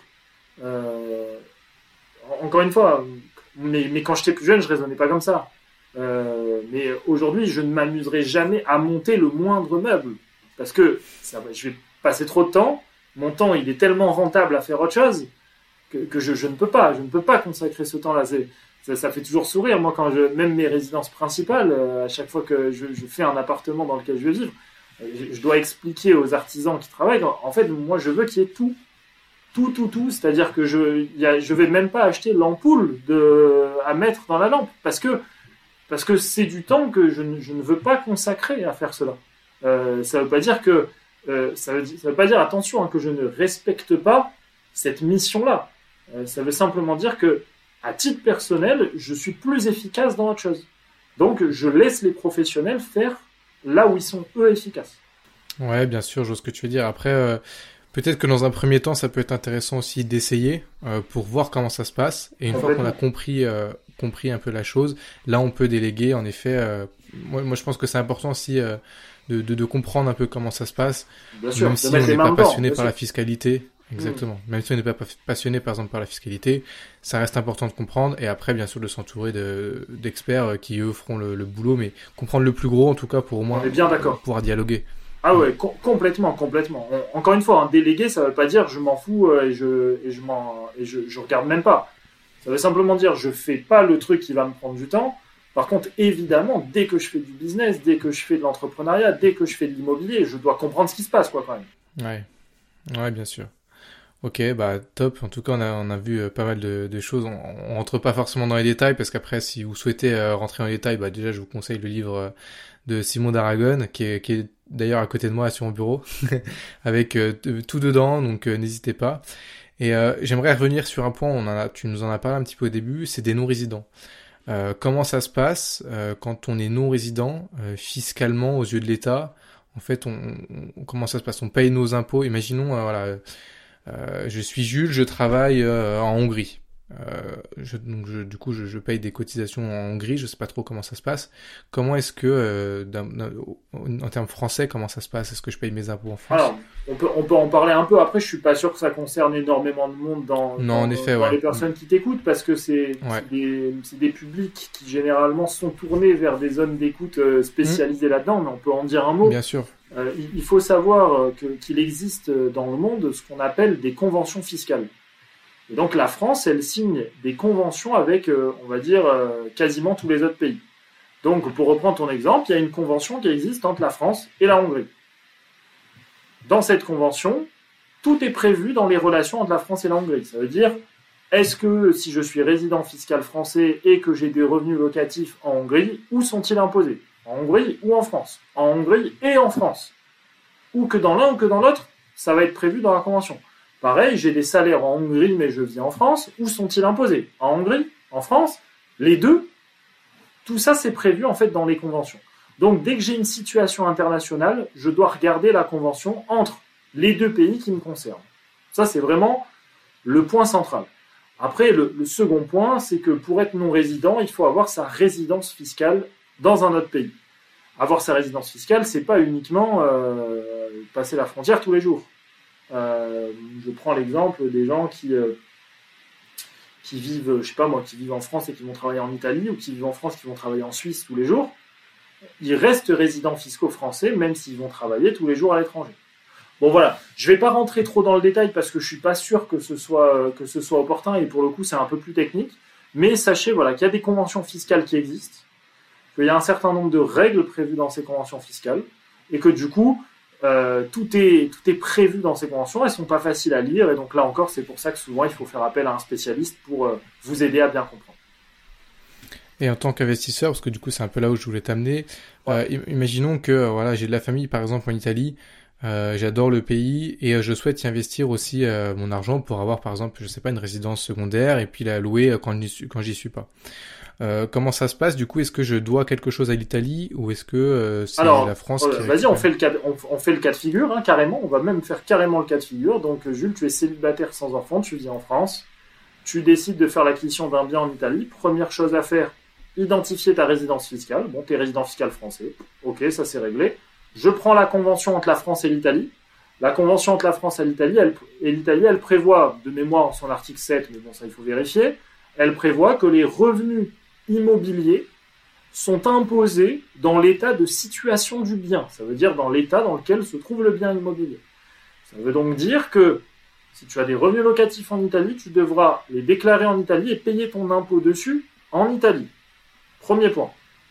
Encore une fois, mais quand j'étais plus jeune, je raisonnais pas comme ça. Mais aujourd'hui, je ne m'amuserai jamais à monter le moindre meuble parce que je vais passer trop de temps. Mon temps, il est tellement rentable à faire autre chose que je ne peux pas. Je ne peux pas consacrer ce temps-là. Ça fait toujours sourire. Moi, même mes résidences principales, à chaque fois que je fais un appartement dans lequel je vais vivre, je dois expliquer aux artisans qui travaillent. En fait, moi, je veux qu'il y ait tout. Tout, c'est-à-dire que je vais même pas acheter l'ampoule à mettre dans la lampe, parce que c'est du temps que je ne veux pas consacrer à faire cela. Ça veut pas dire que ça veut pas dire, attention, que je ne respecte pas cette mission-là. Ça veut simplement dire que, à titre personnel, je suis plus efficace dans autre chose. Donc, je laisse les professionnels faire là où ils sont eux efficaces. Ouais, bien sûr, je vois ce que tu veux dire. Après. Peut-être que dans un premier temps, ça peut être intéressant aussi d'essayer pour voir comment ça se passe. Et une fois qu'on a compris un peu la chose, là, on peut déléguer. En effet, moi, je pense que c'est important aussi de comprendre un peu comment ça se passe. Bien sûr, même si on n'est pas passionné par la fiscalité. Exactement. Même si on n'est pas passionné, par exemple, par la fiscalité, ça reste important de comprendre. Et après, bien sûr, de s'entourer d'experts qui, eux, feront le boulot. Mais comprendre le plus gros, en tout cas, pour au moins on est bien d'accord. Pouvoir dialoguer. Ah ouais, complètement. Encore une fois, un délégué, ça veut pas dire je m'en fous et je regarde même pas. Ça veut simplement dire je fais pas le truc qui va me prendre du temps. Par contre, évidemment, dès que je fais du business, dès que je fais de l'entrepreneuriat, dès que je fais de l'immobilier, je dois comprendre ce qui se passe, quoi, quand même. Ouais, bien sûr. Ok, bah top. En tout cas, on a vu pas mal de choses. On rentre pas forcément dans les détails parce qu'après, si vous souhaitez rentrer dans les détails, bah déjà, je vous conseille le livre de Simon d'Aragon, qui est d'ailleurs à côté de moi sur mon bureau, avec tout dedans. Donc n'hésitez pas. Et j'aimerais revenir sur un point. Tu nous en as parlé un petit peu au début. C'est des non-résidents. Comment ça se passe quand on est non-résident fiscalement aux yeux de l'État? En fait, comment ça se passe? On paye nos impôts. Imaginons, je suis Jules, je travaille en Hongrie. Du coup, je paye des cotisations en Hongrie. Je sais pas trop comment ça se passe. Comment est-ce que, en termes français, comment ça se passe? Est-ce que je paye mes impôts en France? Alors, on peut en parler un peu. Après, je suis pas sûr que ça concerne énormément de monde dans les personnes qui t'écoutent, parce que c'est des publics qui généralement sont tournés vers des zones d'écoute spécialisées là-dedans. Mais on peut en dire un mot. Bien sûr. Il faut savoir qu'il existe dans le monde ce qu'on appelle des conventions fiscales. Et donc la France, elle signe des conventions avec, on va dire, quasiment tous les autres pays. Donc pour reprendre ton exemple, il y a une convention qui existe entre la France et la Hongrie. Dans cette convention, tout est prévu dans les relations entre la France et la Hongrie. Ça veut dire, est-ce que si je suis résident fiscal français et que j'ai des revenus locatifs en Hongrie, où sont-ils imposés? En Hongrie ou en France? En Hongrie et en France. Ou que dans l'un ou que dans l'autre, ça va être prévu dans la convention. Pareil, j'ai des salaires en Hongrie, mais je vis en France. Où sont-ils imposés? En Hongrie? En France? Les deux? Tout ça, c'est prévu en fait dans les conventions. Donc, dès que j'ai une situation internationale, je dois regarder la convention entre les deux pays qui me concernent. Ça, c'est vraiment le point central. Après, le second point, c'est que pour être non-résident, il faut avoir sa résidence fiscale dans un autre pays. Avoir sa résidence fiscale, c'est pas uniquement passer la frontière tous les jours. Je prends l'exemple des gens qui vivent, je sais pas moi, qui vivent en France et qui vont travailler en Italie, ou qui vivent en France et qui vont travailler en Suisse tous les jours. Ils restent résidents fiscaux français, même s'ils vont travailler tous les jours à l'étranger. Bon voilà, je vais pas rentrer trop dans le détail parce que je suis pas sûr que ce soit opportun, et pour le coup c'est un peu plus technique. Mais sachez voilà qu'il y a des conventions fiscales qui existent, qu'il y a un certain nombre de règles prévues dans ces conventions fiscales, et que du coup tout est prévu dans ces conventions. Elles sont pas faciles à lire, et donc là encore c'est pour ça que souvent il faut faire appel à un spécialiste pour vous aider à bien comprendre. Et en tant qu'investisseur, parce que du coup c'est un peu là où je voulais t'amener, imaginons que voilà, j'ai de la famille par exemple en Italie, j'adore le pays et je souhaite y investir aussi mon argent pour avoir par exemple, je sais pas, une résidence secondaire et puis la louer quand j'y suis pas. Comment ça se passe du coup? Est-ce que je dois quelque chose à l'Italie ou est-ce que c'est la France qui... Vas-y, on fait le cas de figure, hein, carrément. On va même faire carrément le cas de figure. Donc Jules, tu es célibataire sans enfant, tu vis en France. Tu décides de faire l'acquisition d'un bien en Italie. Première chose à faire, identifier ta résidence fiscale. Bon, t'es résident fiscal français. Ok, ça c'est réglé. Je prends la convention entre la France et l'Italie. La convention entre la France et l'Italie, elle prévoit, de mémoire, son article 7, mais bon, ça il faut vérifier, elle prévoit que les revenus immobiliers sont imposés dans l'état de situation du bien. Ça veut dire dans l'état dans lequel se trouve le bien immobilier. Ça veut donc dire que si tu as des revenus locatifs en Italie, tu devras les déclarer en Italie et payer ton impôt dessus en Italie. Premier point.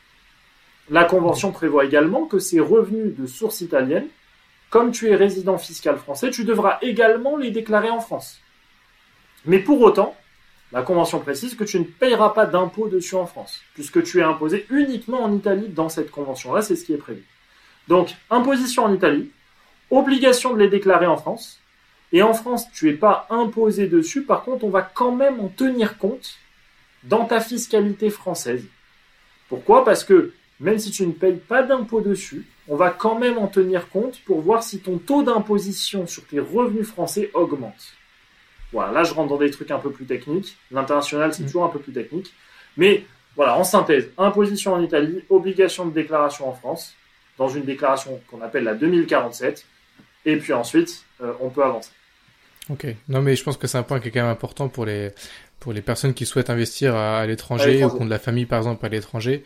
La convention prévoit également que ces revenus de source italienne, comme tu es résident fiscal français, tu devras également les déclarer en France. Mais pour autant, la convention précise que tu ne payeras pas d'impôt dessus en France, puisque tu es imposé uniquement en Italie dans cette convention-là, c'est ce qui est prévu. Donc, imposition en Italie, obligation de les déclarer en France, et en France, tu n'es pas imposé dessus, par contre, on va quand même en tenir compte dans ta fiscalité française. Pourquoi? Parce que même si tu ne payes pas d'impôt dessus, on va quand même en tenir compte pour voir si ton taux d'imposition sur tes revenus français augmente. Voilà, là je rentre dans des trucs un peu plus techniques. L'international, c'est toujours un peu plus technique. Mais voilà, en synthèse, imposition en Italie, obligation de déclaration en France, dans une déclaration qu'on appelle la 2047. Et puis ensuite, on peut avancer. Ok. Non, mais je pense que c'est un point qui est quand même important pour les personnes qui souhaitent investir à l'étranger ou qui ont de la famille, par exemple, à l'étranger.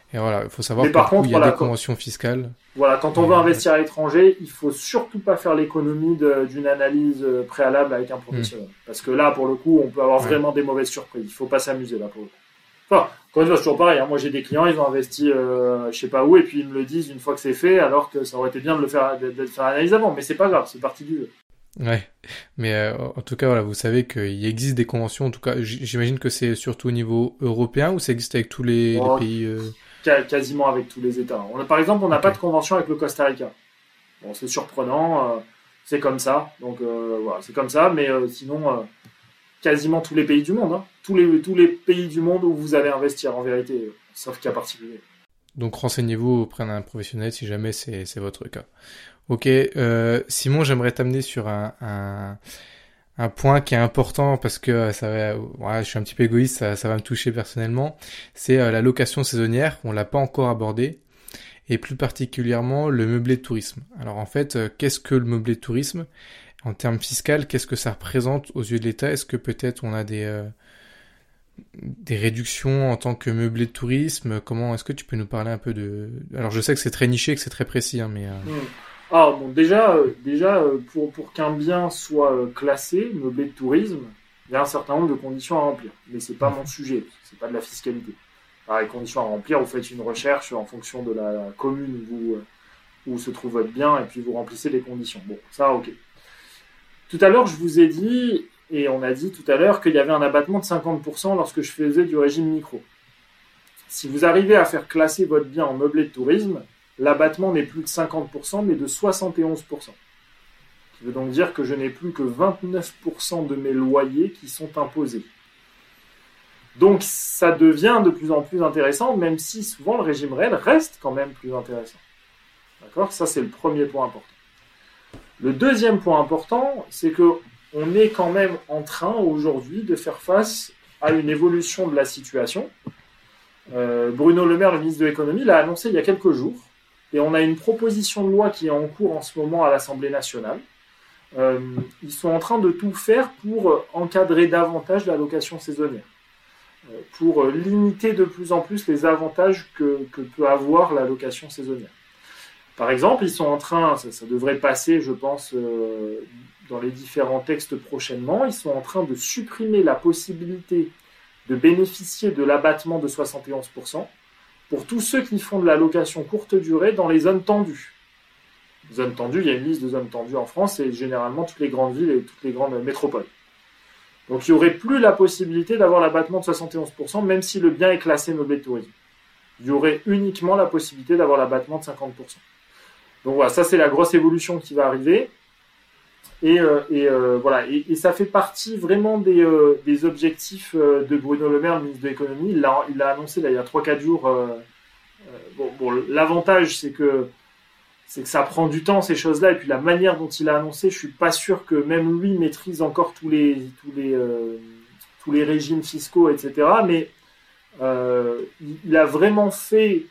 Et voilà, il faut savoir Mais par contre, il y a des conventions fiscales. Voilà, quand on veut investir à l'étranger, il faut surtout pas faire l'économie d'une analyse préalable avec un professionnel. Parce que là, pour le coup, on peut avoir vraiment des mauvaises surprises. Il faut pas s'amuser là pour le coup. Enfin, quand c'est toujours pareil. Hein. Moi, j'ai des clients, ils ont investi, je sais pas où, et puis ils me le disent une fois que c'est fait, alors que ça aurait été bien de faire l'analyse avant. Mais c'est pas grave, c'est partie du jeu. Ouais, mais en tout cas, voilà, vous savez qu'il existe des conventions. En tout cas, j'imagine que c'est surtout au niveau européen ou ça existe avec tous les pays. Quasiment avec tous les États. Par exemple, on n'a pas de convention avec le Costa Rica. Bon, c'est surprenant, c'est comme ça. Donc voilà, c'est comme ça. Mais sinon, quasiment tous les pays du monde, hein. Tous les pays du monde où vous allez investir en vérité, sauf cas particulier. Donc renseignez-vous auprès d'un professionnel si jamais c'est votre cas. Ok, Simon, j'aimerais t'amener sur un point qui est important parce que ça va, ouais, je suis un petit peu égoïste, ça va me toucher personnellement. C'est la location saisonnière. On l'a pas encore abordé, et plus particulièrement le meublé de tourisme. Alors en fait, qu'est-ce que le meublé de tourisme en termes fiscaux? Qu'est-ce que ça représente aux yeux de l'État? Est-ce que peut-être on a des réductions en tant que meublé de tourisme? Comment est-ce que tu peux nous parler un peu de... Alors je sais que c'est très niché, que c'est très précis, hein, mais... Ah bon, déjà pour qu'un bien soit classé, meublé de tourisme, il y a un certain nombre de conditions à remplir. Mais c'est pas mon sujet, c'est pas de la fiscalité. Alors, les conditions à remplir, vous faites une recherche en fonction de la commune où se trouve votre bien, et puis vous remplissez les conditions. Bon, ça, ok. Tout à l'heure, je vous ai dit, et on a dit tout à l'heure, qu'il y avait un abattement de 50% lorsque je faisais du régime micro. Si vous arrivez à faire classer votre bien en meublé de tourisme, l'abattement n'est plus de 50%, mais de 71%. Ce qui veut donc dire que je n'ai plus que 29% de mes loyers qui sont imposés. Donc ça devient de plus en plus intéressant, même si souvent le régime réel reste quand même plus intéressant. D'accord ? Ça, c'est le premier point important. Le deuxième point important, c'est qu'on est quand même en train aujourd'hui de faire face à une évolution de la situation. Bruno Le Maire, le ministre de l'économie, l'a annoncé il y a quelques jours. Et on a une proposition de loi qui est en cours en ce moment à l'Assemblée nationale. Ils sont en train de tout faire pour encadrer davantage la location saisonnière, pour limiter de plus en plus les avantages que peut avoir la location saisonnière. Par exemple, ils sont en train, ça devrait passer, je pense, dans les différents textes prochainement, ils sont en train de supprimer la possibilité de bénéficier de l'abattement de 71%. Pour tous ceux qui font de la location courte durée dans les zones tendues. Les zones tendues, il y a une liste de zones tendues en France, et généralement toutes les grandes villes et toutes les grandes métropoles. Donc il n'y aurait plus la possibilité d'avoir l'abattement de 71%, même si le bien est classé meublé de tourisme. Il y aurait uniquement la possibilité d'avoir l'abattement de 50%. Donc voilà, ça c'est la grosse évolution qui va arriver. Et voilà, et ça fait partie vraiment des objectifs de Bruno Le Maire, le ministre de l'économie. Il l'a annoncé là, il y a 3-4 jours. L'avantage, c'est que ça prend du temps, ces choses-là, et puis la manière dont il a annoncé, je suis pas sûr que même lui maîtrise encore tous les régimes fiscaux, etc. Mais il a vraiment fait...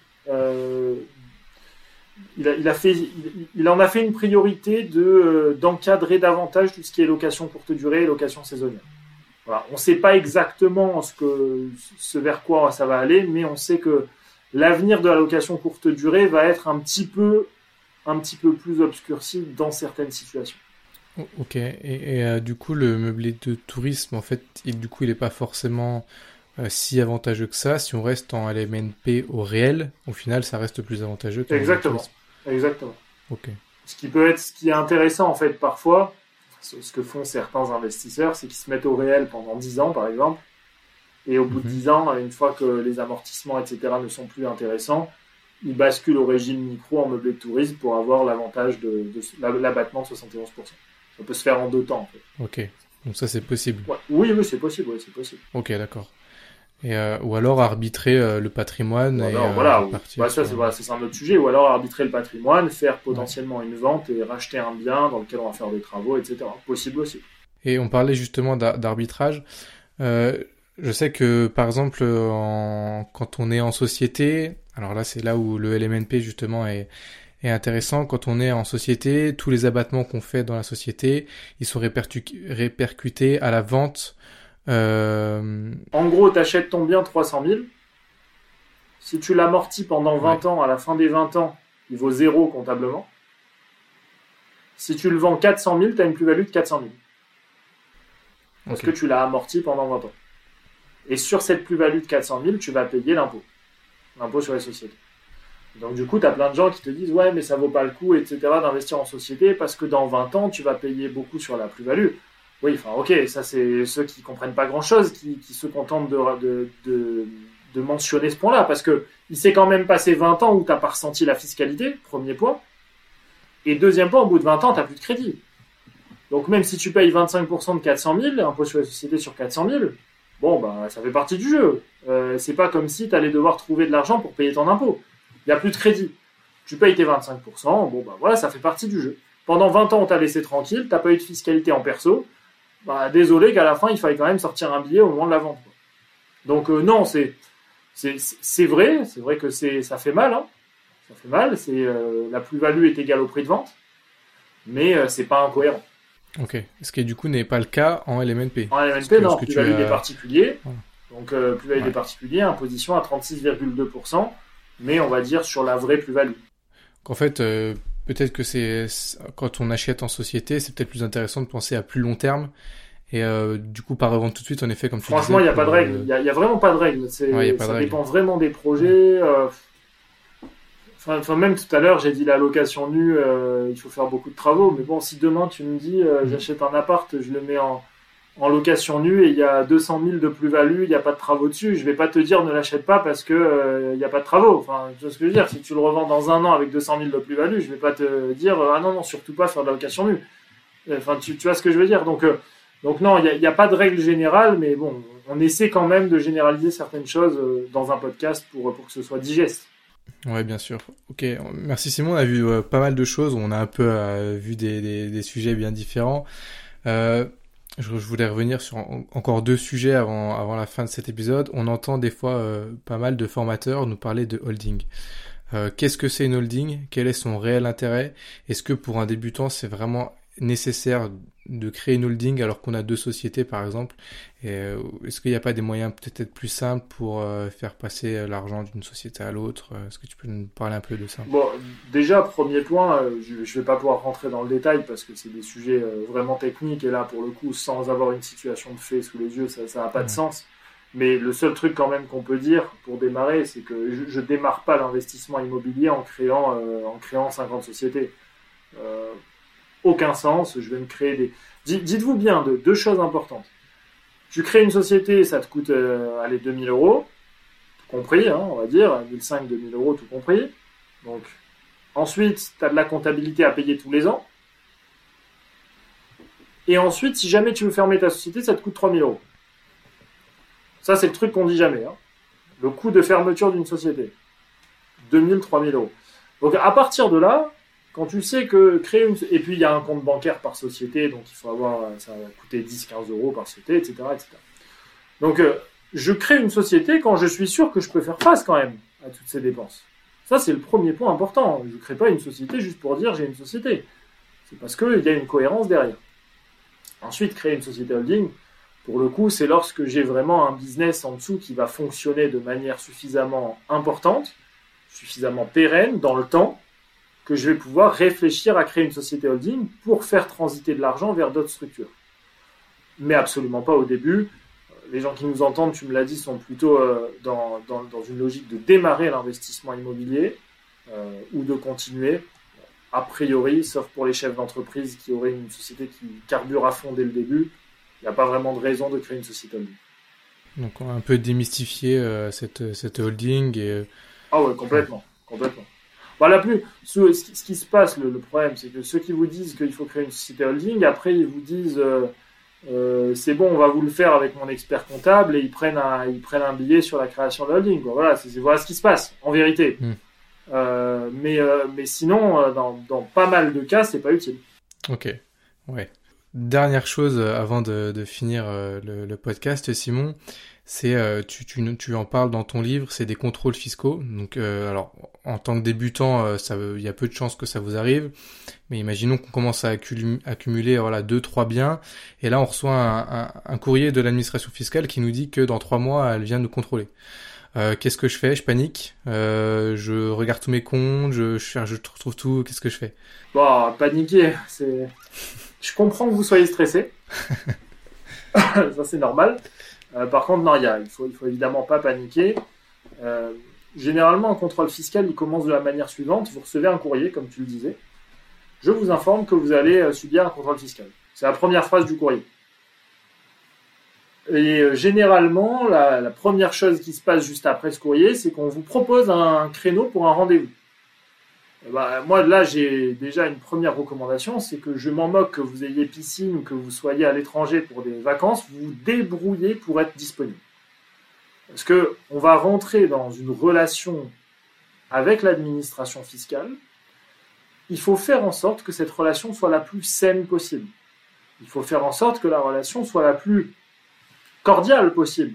Il en a fait une priorité d'encadrer davantage tout ce qui est location courte durée et location saisonnière. Voilà. On ne sait pas exactement ce vers quoi ça va aller, mais on sait que l'avenir de la location courte durée va être un petit peu plus obscurci dans certaines situations. Ok, et du coup, le meublé de tourisme, en fait, il n'est pas forcément si avantageux que ça. Si on reste en LMNP au réel, au final, ça reste plus avantageux que Exactement. Ok. Ce qui est intéressant, en fait, parfois, ce que font certains investisseurs, c'est qu'ils se mettent au réel pendant 10 ans, par exemple, et au bout de 10 ans, une fois que les amortissements, etc., ne sont plus intéressants, ils basculent au régime micro en meublé de tourisme pour avoir l'avantage de l'abattement de 71%. Ça peut se faire en 2 temps, en fait. Ok, donc ça, c'est possible. Ouais. Oui, c'est possible. Ok, d'accord. Et, ou alors arbitrer le patrimoine. Ça c'est un autre sujet. Ou alors arbitrer le patrimoine, faire potentiellement une vente et racheter un bien dans lequel on va faire des travaux, etc. Possible aussi. Et on parlait justement d'arbitrage. Je sais que par exemple quand on est en société, alors là c'est là où le LMNP justement est intéressant. Quand on est en société, tous les abattements qu'on fait dans la société, ils sont répercutés à la vente. En gros, tu achètes ton bien 300 000, Si tu l'amortis pendant 20 ans, à la fin des 20 ans, il vaut 0 comptablement. Si tu le vends 400 000, tu as une plus-value de 400 000. Parce que tu l'as amorti pendant 20 ans. Et sur cette plus-value de 400 000, tu vas payer l'impôt. L'impôt sur les sociétés. Donc du coup, tu as plein de gens qui te disent « Ouais, mais ça vaut pas le coup, etc. d'investir en société parce que dans 20 ans, tu vas payer beaucoup sur la plus-value. » Oui, enfin ok, ça c'est ceux qui comprennent pas grand-chose, qui se contentent de mentionner ce point-là, parce que il s'est quand même passé 20 ans où tu n'as pas ressenti la fiscalité, premier point. Et deuxième point, au bout de 20 ans, tu n'as plus de crédit. Donc même si tu payes 25% de 400 000, impôt sur les sociétés sur 400 000, bon, bah, ça fait partie du jeu. C'est pas comme si tu allais devoir trouver de l'argent pour payer ton impôt. Il n'y a plus de crédit. Tu payes tes 25%, bon, bah voilà, ça fait partie du jeu. Pendant 20 ans, on t'a laissé tranquille, tu n'as pas eu de fiscalité en perso. Bah, désolé qu'à la fin, il fallait quand même sortir un billet au moment de la vente. Donc non, c'est vrai que ça fait mal, hein. Ça fait mal, la plus-value est égale au prix de vente, mais c'est pas incohérent. Ok, ce qui du coup n'est pas le cas en LMNP. En LMNP, non, plus-value des particuliers, donc plus-value des particuliers, imposition à 36,2%, mais on va dire sur la vraie plus-value. En fait, peut-être que quand on achète en société, c'est peut-être plus intéressant de penser à plus long terme. Et du coup, pas revendre tout de suite, en effet, comme tu disais. Franchement, il n'y a pas de règle. Il y a vraiment pas de règle. Ça dépend vraiment des projets. Enfin, même tout à l'heure, j'ai dit la location nue, il faut faire beaucoup de travaux. Mais bon, si demain tu me dis, j'achète un appart, je le mets en location nue et il y a 200 000 de plus-value, il n'y a pas de travaux dessus, je vais pas te dire ne l'achète pas parce que il n'y a pas de travaux. Enfin, tu vois ce que je veux dire. Si tu le revends dans un an avec 200 000 de plus-value, je vais pas te dire ah non, surtout pas faire de la location nue. Enfin, tu vois ce que je veux dire. Donc non, il n'y a pas de règle générale, mais bon, on essaie quand même de généraliser certaines choses dans un podcast pour que ce soit digeste. Ouais, bien sûr. Ok, merci Simon, on a vu pas mal de choses, on a un peu vu des sujets bien différents. Je voulais revenir sur encore 2 sujets avant la fin de cet épisode. On entend des fois pas mal de formateurs nous parler de holding. Qu'est-ce que c'est une holding ? Quel est son réel intérêt ? Est-ce que pour un débutant, c'est vraiment nécessaire de créer une holding alors qu'on a 2 sociétés par exemple, et est-ce qu'il n'y a pas des moyens peut-être plus simples pour faire passer l'argent d'une société à l'autre ? Est-ce que tu peux nous parler un peu de ça ? Bon, déjà premier point, je vais pas pouvoir rentrer dans le détail parce que c'est des sujets vraiment techniques et là pour le coup sans avoir une situation de fait sous les yeux ça n'a pas de sens, mais le seul truc quand même qu'on peut dire pour démarrer c'est que je démarre pas l'investissement immobilier en créant 50 sociétés. Aucun sens, je vais me créer des... Dites-vous bien de 2 choses importantes. Tu crées une société, ça te coûte 2000 €, tout compris, hein, on va dire, 1500, 2000 €, tout compris. Donc, ensuite, tu as de la comptabilité à payer tous les ans. Et ensuite, si jamais tu veux fermer ta société, ça te coûte 3000 €. Ça, c'est le truc qu'on dit jamais. Hein. Le coût de fermeture d'une société. 2000, 3000 €. Donc, à partir de là, quand tu sais que créer une... Et puis, il y a un compte bancaire par société, donc il faut avoir... Ça va coûter 10, 15 € par société, etc. etc. Donc, je crée une société quand je suis sûr que je peux faire face quand même à toutes ces dépenses. Ça, c'est le premier point important. Je ne crée pas une société juste pour dire j'ai une société. C'est parce qu'il y a une cohérence derrière. Ensuite, créer une société holding, pour le coup, c'est lorsque j'ai vraiment un business en dessous qui va fonctionner de manière suffisamment importante, suffisamment pérenne dans le temps, que je vais pouvoir réfléchir à créer une société holding pour faire transiter de l'argent vers d'autres structures. Mais absolument pas au début. Les gens qui nous entendent, tu me l'as dit, sont plutôt dans une logique de démarrer l'investissement immobilier ou de continuer. A priori, sauf pour les chefs d'entreprise qui auraient une société qui carbure à fond dès le début, il n'y a pas vraiment de raison de créer une société holding. Donc on va un peu démystifier cette holding. Ah ouais, complètement. Voilà, ce qui se passe, le problème, c'est que ceux qui vous disent qu'il faut créer une société holding, après ils vous disent c'est bon, on va vous le faire avec mon expert comptable et ils prennent un billet sur la création de la holding. Voilà ce qui se passe, en vérité. Mais sinon, dans pas mal de cas, c'est pas utile. Ok, ouais. Dernière chose avant de finir le podcast, Simon, c'est tu en parles dans ton livre, c'est des contrôles fiscaux. Donc alors en tant que débutant, il y a peu de chances que ça vous arrive, mais imaginons qu'on commence à accumuler 2-3 biens, et là on reçoit un courrier de l'administration fiscale qui nous dit que dans 3 mois elle vient nous contrôler. Qu'est-ce que je fais? Je panique. Je regarde tous mes comptes. Je cherche, je trouve tout. Qu'est-ce que je fais? Bon, paniquer, je comprends que vous soyez stressé. Ça, c'est normal. Par contre, non, il faut évidemment pas paniquer. Généralement, un contrôle fiscal, il commence de la manière suivante. Vous recevez un courrier, comme tu le disais. Je vous informe que vous allez subir un contrôle fiscal. C'est la première phrase du courrier. Et généralement, la première chose qui se passe juste après ce courrier, c'est qu'on vous propose un créneau pour un rendez-vous. Et moi, là, j'ai déjà une première recommandation, c'est que je m'en moque que vous ayez piscine ou que vous soyez à l'étranger pour des vacances, vous vous débrouillez pour être disponible. Parce que on va rentrer dans une relation avec l'administration fiscale. Il faut faire en sorte que cette relation soit la plus saine possible. Il faut faire en sorte que la relation soit la plus cordiale possible.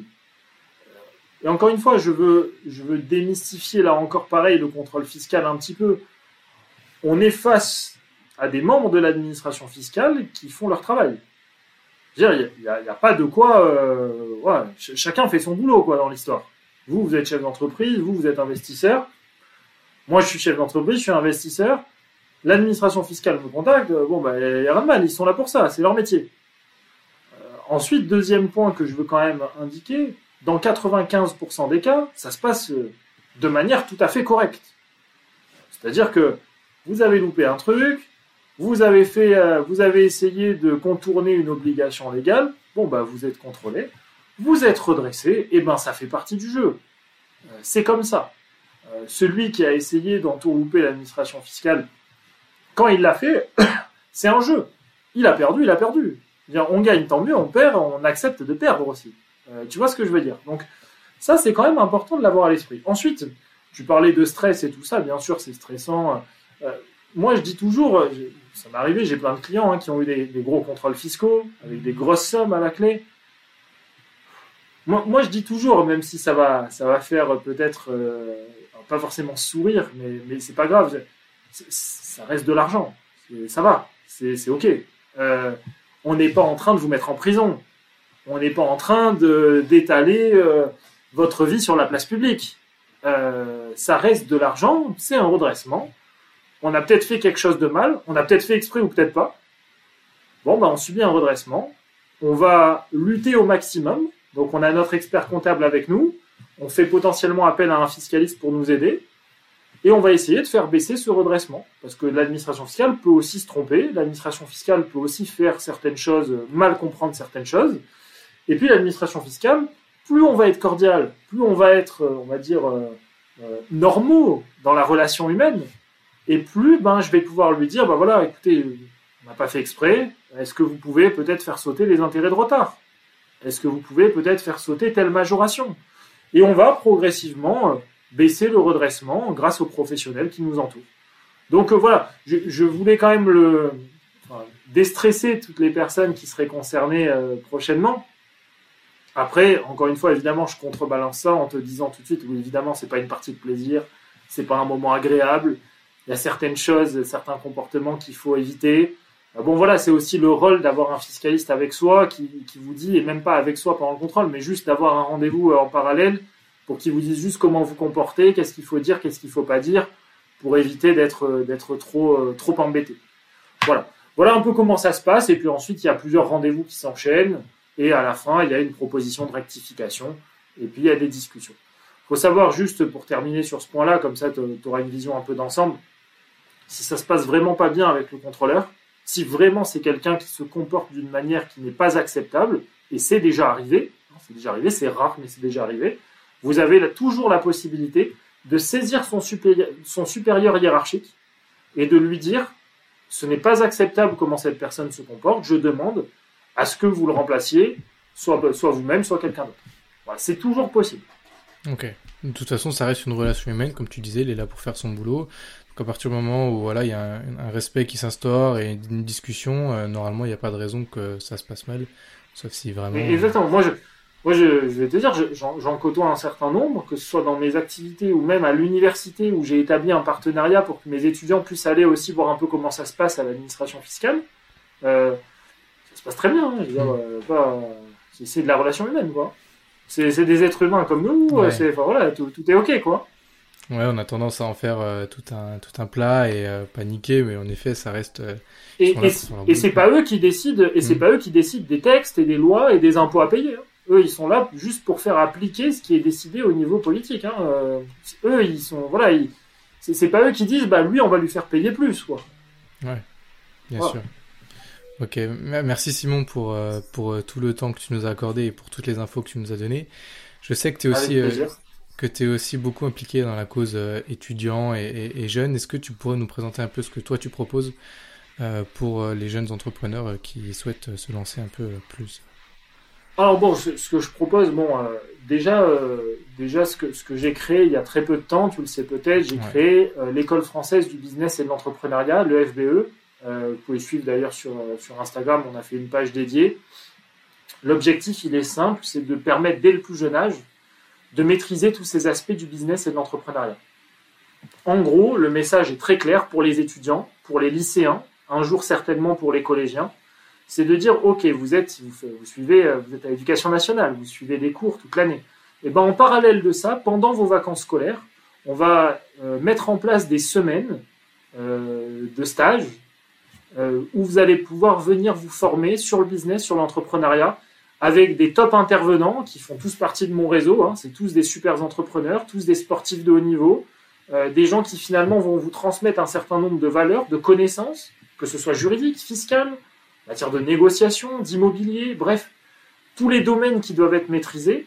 Et encore une fois, je veux démystifier là encore pareil le contrôle fiscal un petit peu. On est face à des membres de l'administration fiscale qui font leur travail. Je veux dire, il y a pas de quoi... chacun fait son boulot quoi dans l'histoire. Vous êtes chef d'entreprise, vous êtes investisseur. Moi, je suis chef d'entreprise, je suis investisseur. L'administration fiscale me contacte. Il y a rien de mal, ils sont là pour ça, c'est leur métier. Ensuite, deuxième point que je veux quand même indiquer, dans 95% des cas, ça se passe de manière tout à fait correcte. C'est-à-dire que vous avez loupé un truc, vous avez essayé de contourner une obligation légale, vous êtes contrôlé, vous êtes redressé, et ça fait partie du jeu. C'est comme ça. Celui qui a essayé d'entourlouper l'administration fiscale, quand il l'a fait, c'est un jeu. Il a perdu. On gagne, tant mieux, on perd, on accepte de perdre aussi. Tu vois ce que je veux dire? Donc, ça, c'est quand même important de l'avoir à l'esprit. Ensuite, tu parlais de stress et tout ça, bien sûr, c'est stressant. Moi, je dis toujours, ça m'est arrivé, j'ai plein de clients qui ont eu des gros contrôles fiscaux, avec des grosses sommes à la clé. Moi, je dis toujours, même si ça va faire peut-être, pas forcément sourire, mais c'est pas grave, ça reste de l'argent. Ça va, c'est ok. On n'est pas en train de vous mettre en prison. On n'est pas en train d'étaler votre vie sur la place publique. Ça reste de l'argent, c'est un redressement. On a peut-être fait quelque chose de mal, on a peut-être fait exprès ou peut-être pas. On subit un redressement. On va lutter au maximum. Donc on a notre expert comptable avec nous. On fait potentiellement appel à un fiscaliste pour nous aider. Et on va essayer de faire baisser ce redressement. Parce que l'administration fiscale peut aussi se tromper. L'administration fiscale peut aussi faire certaines choses, mal comprendre certaines choses. Et puis l'administration fiscale, plus on va être cordial, plus on va être, normaux dans la relation humaine, et plus je vais pouvoir lui dire, écoutez, on n'a pas fait exprès, est-ce que vous pouvez peut-être faire sauter les intérêts de retard? Est-ce que vous pouvez peut-être faire sauter telle majoration? Et on va progressivement baisser le redressement grâce aux professionnels qui nous entourent. Donc je voulais quand même déstresser toutes les personnes qui seraient concernées prochainement. Après, encore une fois, évidemment, je contrebalance ça en te disant tout de suite, oui, évidemment, c'est pas une partie de plaisir, c'est pas un moment agréable, il y a certaines choses, certains comportements qu'il faut éviter. C'est aussi le rôle d'avoir un fiscaliste avec soi qui vous dit, et même pas avec soi pendant le contrôle, mais juste d'avoir un rendez-vous en parallèle pour qu'il vous dise juste comment vous comporter, qu'est-ce qu'il faut dire, qu'est-ce qu'il faut pas dire, pour éviter d'être trop embêté. Voilà un peu comment ça se passe, et puis ensuite, il y a plusieurs rendez-vous qui s'enchaînent, et à la fin, il y a une proposition de rectification, et puis il y a des discussions. Il faut savoir, juste pour terminer sur ce point-là, comme ça tu auras une vision un peu d'ensemble, si ça se passe vraiment pas bien avec le contrôleur, si vraiment c'est quelqu'un qui se comporte d'une manière qui n'est pas acceptable, et c'est déjà arrivé, c'est rare, mais c'est déjà arrivé, vous avez toujours la possibilité de saisir son supérieur hiérarchique et de lui dire « ce n'est pas acceptable comment cette personne se comporte, je demande à ce que vous le remplaciez, soit vous-même, soit quelqu'un d'autre. » Voilà, c'est toujours possible. Ok. De toute façon, ça reste une relation humaine, comme tu disais, il est là pour faire son boulot. Donc à partir du moment où il y a un respect qui s'instaure et une discussion, normalement, il n'y a pas de raison que ça se passe mal, sauf si vraiment... Exactement. Moi, je vais te dire, j'en côtoie un certain nombre, que ce soit dans mes activités ou même à l'université où j'ai établi un partenariat pour que mes étudiants puissent aller aussi voir un peu comment ça se passe à l'administration fiscale. Ça se passe très bien, hein, je veux dire, c'est de la relation humaine, quoi. C'est des êtres humains comme nous. Ouais. Voilà, tout est ok, quoi. Ouais, on a tendance à en faire tout un plat et paniquer, mais en effet, ça reste. Et c'est pas eux qui décident. Et c'est pas eux qui décident des textes et des lois et des impôts à payer. Hein. Eux, ils sont là juste pour faire appliquer ce qui est décidé au niveau politique. Hein. Eux, ils sont voilà. C'est pas eux qui disent lui, on va lui faire payer plus, quoi. Ouais, bien sûr. Ok, merci Simon pour tout le temps que tu nous as accordé et pour toutes les infos que tu nous as données. Je sais que tu es aussi beaucoup impliqué dans la cause étudiants et jeunes. Est-ce que tu pourrais nous présenter un peu ce que toi tu proposes pour les jeunes entrepreneurs qui souhaitent se lancer un peu plus? Alors bon, ce que je propose, déjà ce que j'ai créé il y a très peu de temps, tu le sais peut-être, j'ai créé l'école française du business et de l'entrepreneuriat, le FBE. Vous pouvez suivre d'ailleurs sur Instagram, on a fait une page dédiée. L'objectif, il est simple, c'est de permettre dès le plus jeune âge de maîtriser tous ces aspects du business et de l'entrepreneuriat. En gros, le message est très clair pour les étudiants, pour les lycéens, un jour certainement pour les collégiens. C'est de dire, ok, vous êtes à l'éducation nationale, vous suivez des cours toute l'année. Et en parallèle de ça, pendant vos vacances scolaires, on va mettre en place des semaines de stage où vous allez pouvoir venir vous former sur le business, sur l'entrepreneuriat, avec des top intervenants qui font tous partie de mon réseau. Hein. C'est tous des super entrepreneurs, tous des sportifs de haut niveau, des gens qui finalement vont vous transmettre un certain nombre de valeurs, de connaissances, que ce soit juridique, fiscal, en matière de négociation, d'immobilier, bref, tous les domaines qui doivent être maîtrisés.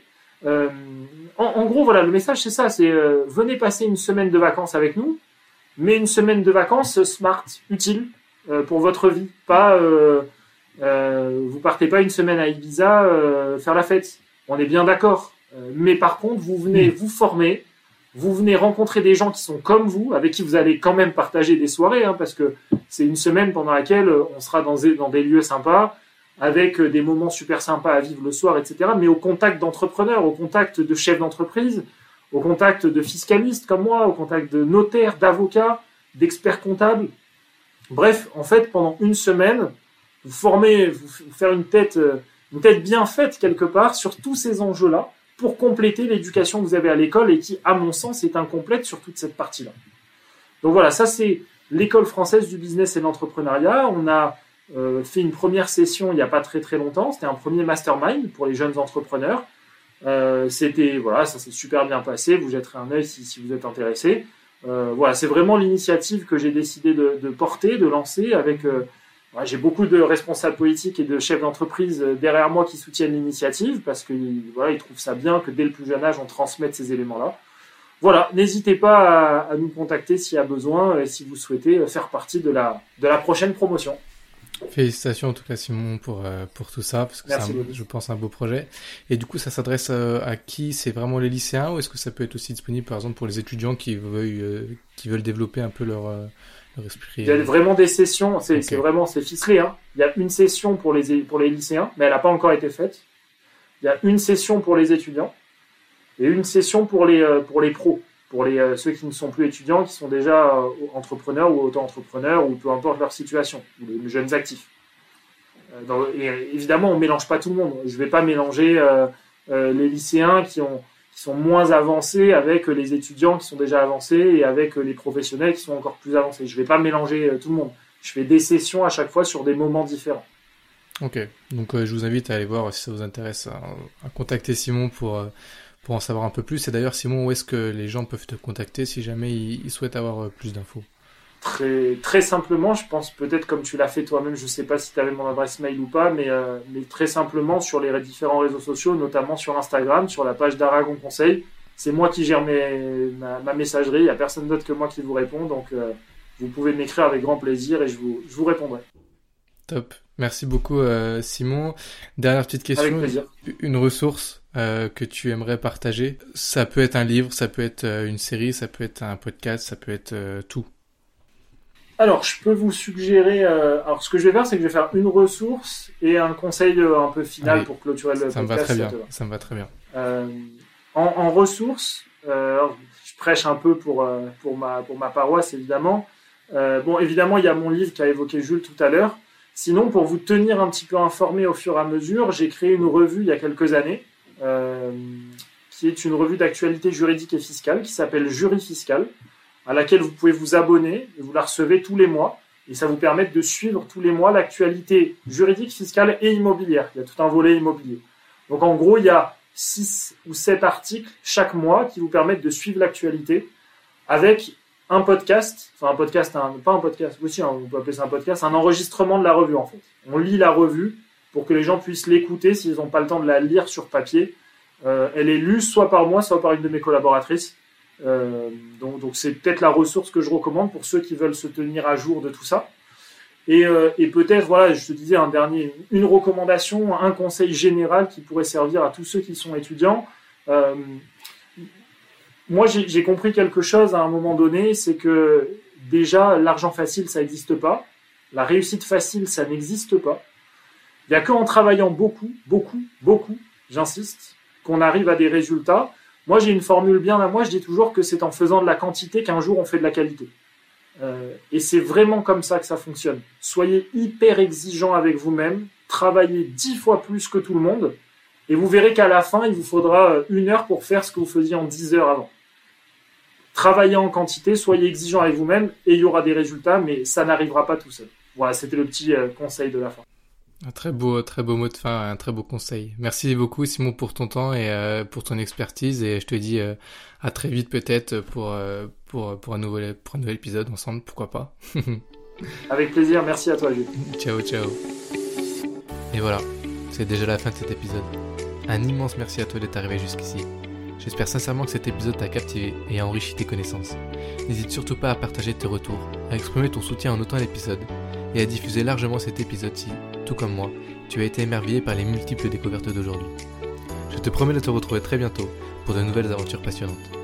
En gros, voilà, le message c'est ça, c'est venez passer une semaine de vacances avec nous, mais une semaine de vacances smart, utile pour votre vie. Pas, vous partez pas une semaine à Ibiza faire la fête. On est bien d'accord. Mais par contre, vous venez vous former, vous venez rencontrer des gens qui sont comme vous, avec qui vous allez quand même partager des soirées, hein, parce que c'est une semaine pendant laquelle on sera dans des lieux sympas, avec des moments super sympas à vivre le soir, etc. Mais au contact d'entrepreneurs, au contact de chefs d'entreprise, au contact de fiscalistes comme moi, au contact de notaires, d'avocats, d'experts comptables. Bref, en fait, pendant une semaine, vous faire une tête bien faite quelque part sur tous ces enjeux-là pour compléter l'éducation que vous avez à l'école et qui, à mon sens, est incomplète sur toute cette partie-là. Donc voilà, ça c'est l'école française du business et de l'entrepreneuriat. On a fait une première session il n'y a pas très très longtemps. C'était un premier mastermind pour les jeunes entrepreneurs. Ça s'est super bien passé. Vous jetterez un œil si vous êtes intéressé. C'est vraiment l'initiative que j'ai décidé de porter, de lancer avec. J'ai beaucoup de responsables politiques et de chefs d'entreprise derrière moi qui soutiennent l'initiative parce qu'ils trouvent ça bien que dès le plus jeune âge on transmette ces éléments-là. Voilà, n'hésitez pas à nous contacter s'il y a besoin et si vous souhaitez faire partie de la prochaine promotion. Félicitations en tout cas Simon pour tout ça parce que je pense un beau projet. Et du coup ça s'adresse à qui? C'est vraiment les lycéens ou est-ce que ça peut être aussi disponible par exemple pour les étudiants qui veulent développer un peu leur esprit? Il y a vraiment des sessions, c'est ficelé. Hein. Il y a une session pour les lycéens, mais elle n'a pas encore été faite. Il y a une session pour les étudiants et une session pour les pros, pour ceux qui ne sont plus étudiants, qui sont déjà entrepreneurs ou auto-entrepreneurs ou peu importe leur situation, ou les jeunes actifs. Et évidemment, on ne mélange pas tout le monde. Je ne vais pas mélanger les lycéens qui sont moins avancés avec les étudiants qui sont déjà avancés et avec les professionnels qui sont encore plus avancés. Je ne vais pas mélanger tout le monde. Je fais des sessions à chaque fois sur des moments différents. Ok, donc je vous invite à aller voir si ça vous intéresse, à contacter Simon pour en savoir un peu plus. Et d'ailleurs, Simon, où est-ce que les gens peuvent te contacter si jamais ils souhaitent avoir plus d'infos? Très, très simplement, je pense peut-être comme tu l'as fait toi-même, je ne sais pas si tu avais mon adresse mail ou pas, mais très simplement sur les différents réseaux sociaux, notamment sur Instagram, sur la page d'Aragon Conseil. C'est moi qui gère ma messagerie, il n'y a personne d'autre que moi qui vous répond, donc vous pouvez m'écrire avec grand plaisir et je vous répondrai. Top, merci beaucoup Simon. Dernière petite question, avec plaisir. Une ressource que tu aimerais partager? Ça peut être un livre, ça peut être une série, ça peut être un podcast, ça peut être tout. Alors, je peux vous suggérer... alors, ce que je vais faire, c'est que je vais faire une ressource et un conseil un peu final pour clôturer le podcast. Ça me va très bien. En ressources, je prêche un peu pour ma paroisse, évidemment. Évidemment, il y a mon livre qu'a évoqué Jules tout à l'heure. Sinon, pour vous tenir un petit peu informé au fur et à mesure, j'ai créé une revue il y a quelques années qui est une revue d'actualité juridique et fiscale qui s'appelle Jury Fiscal, à laquelle vous pouvez vous abonner et vous la recevez tous les mois. Et ça vous permet de suivre tous les mois l'actualité juridique, fiscale et immobilière. Il y a tout un volet immobilier. Donc en gros, il y a 6 ou 7 articles chaque mois qui vous permettent de suivre l'actualité avec un podcast, enfin un podcast, pas un podcast, aussi on peut appeler ça un podcast, un enregistrement de la revue en fait. On lit la revue pour que les gens puissent l'écouter s'ils n'ont pas le temps de la lire sur papier. Elle est lue soit par moi, soit par une de mes collaboratrices. Donc c'est peut-être la ressource que je recommande pour ceux qui veulent se tenir à jour de tout ça. Et peut-être, voilà, je te disais une recommandation, un conseil général qui pourrait servir à tous ceux qui sont étudiants. Moi, j'ai compris quelque chose à un moment donné, c'est que déjà, l'argent facile, ça n'existe pas. La réussite facile, ça n'existe pas. Il n'y a qu'en travaillant beaucoup, j'insiste, qu'on arrive à des résultats. Moi, j'ai une formule bien à moi, je dis toujours que c'est en faisant de la quantité qu'un jour on fait de la qualité. Et c'est vraiment comme ça que ça fonctionne. Soyez hyper exigeant avec vous-même, travaillez 10 fois plus que tout le monde, et vous verrez qu'à la fin, il vous faudra 1 heure pour faire ce que vous faisiez en 10 heures avant. Travaillez en quantité, soyez exigeant avec vous-même, et il y aura des résultats, mais ça n'arrivera pas tout seul. Voilà, c'était le petit conseil de la fin. Un très beau mot de fin, un très beau conseil. Merci beaucoup Simon pour ton temps et pour ton expertise, et je te dis à très vite peut-être pour un nouvel épisode ensemble, pourquoi pas. Avec plaisir, merci à toi Jules. Ciao. Et voilà, c'est déjà la fin de cet épisode. Un immense merci à toi d'être arrivé jusqu'ici. J'espère sincèrement que cet épisode t'a captivé et a enrichi tes connaissances. N'hésite surtout pas à partager tes retours, à exprimer ton soutien en notant l'épisode et à diffuser largement cet épisode si, tout comme moi, tu as été émerveillé par les multiples découvertes d'aujourd'hui. Je te promets de te retrouver très bientôt pour de nouvelles aventures passionnantes.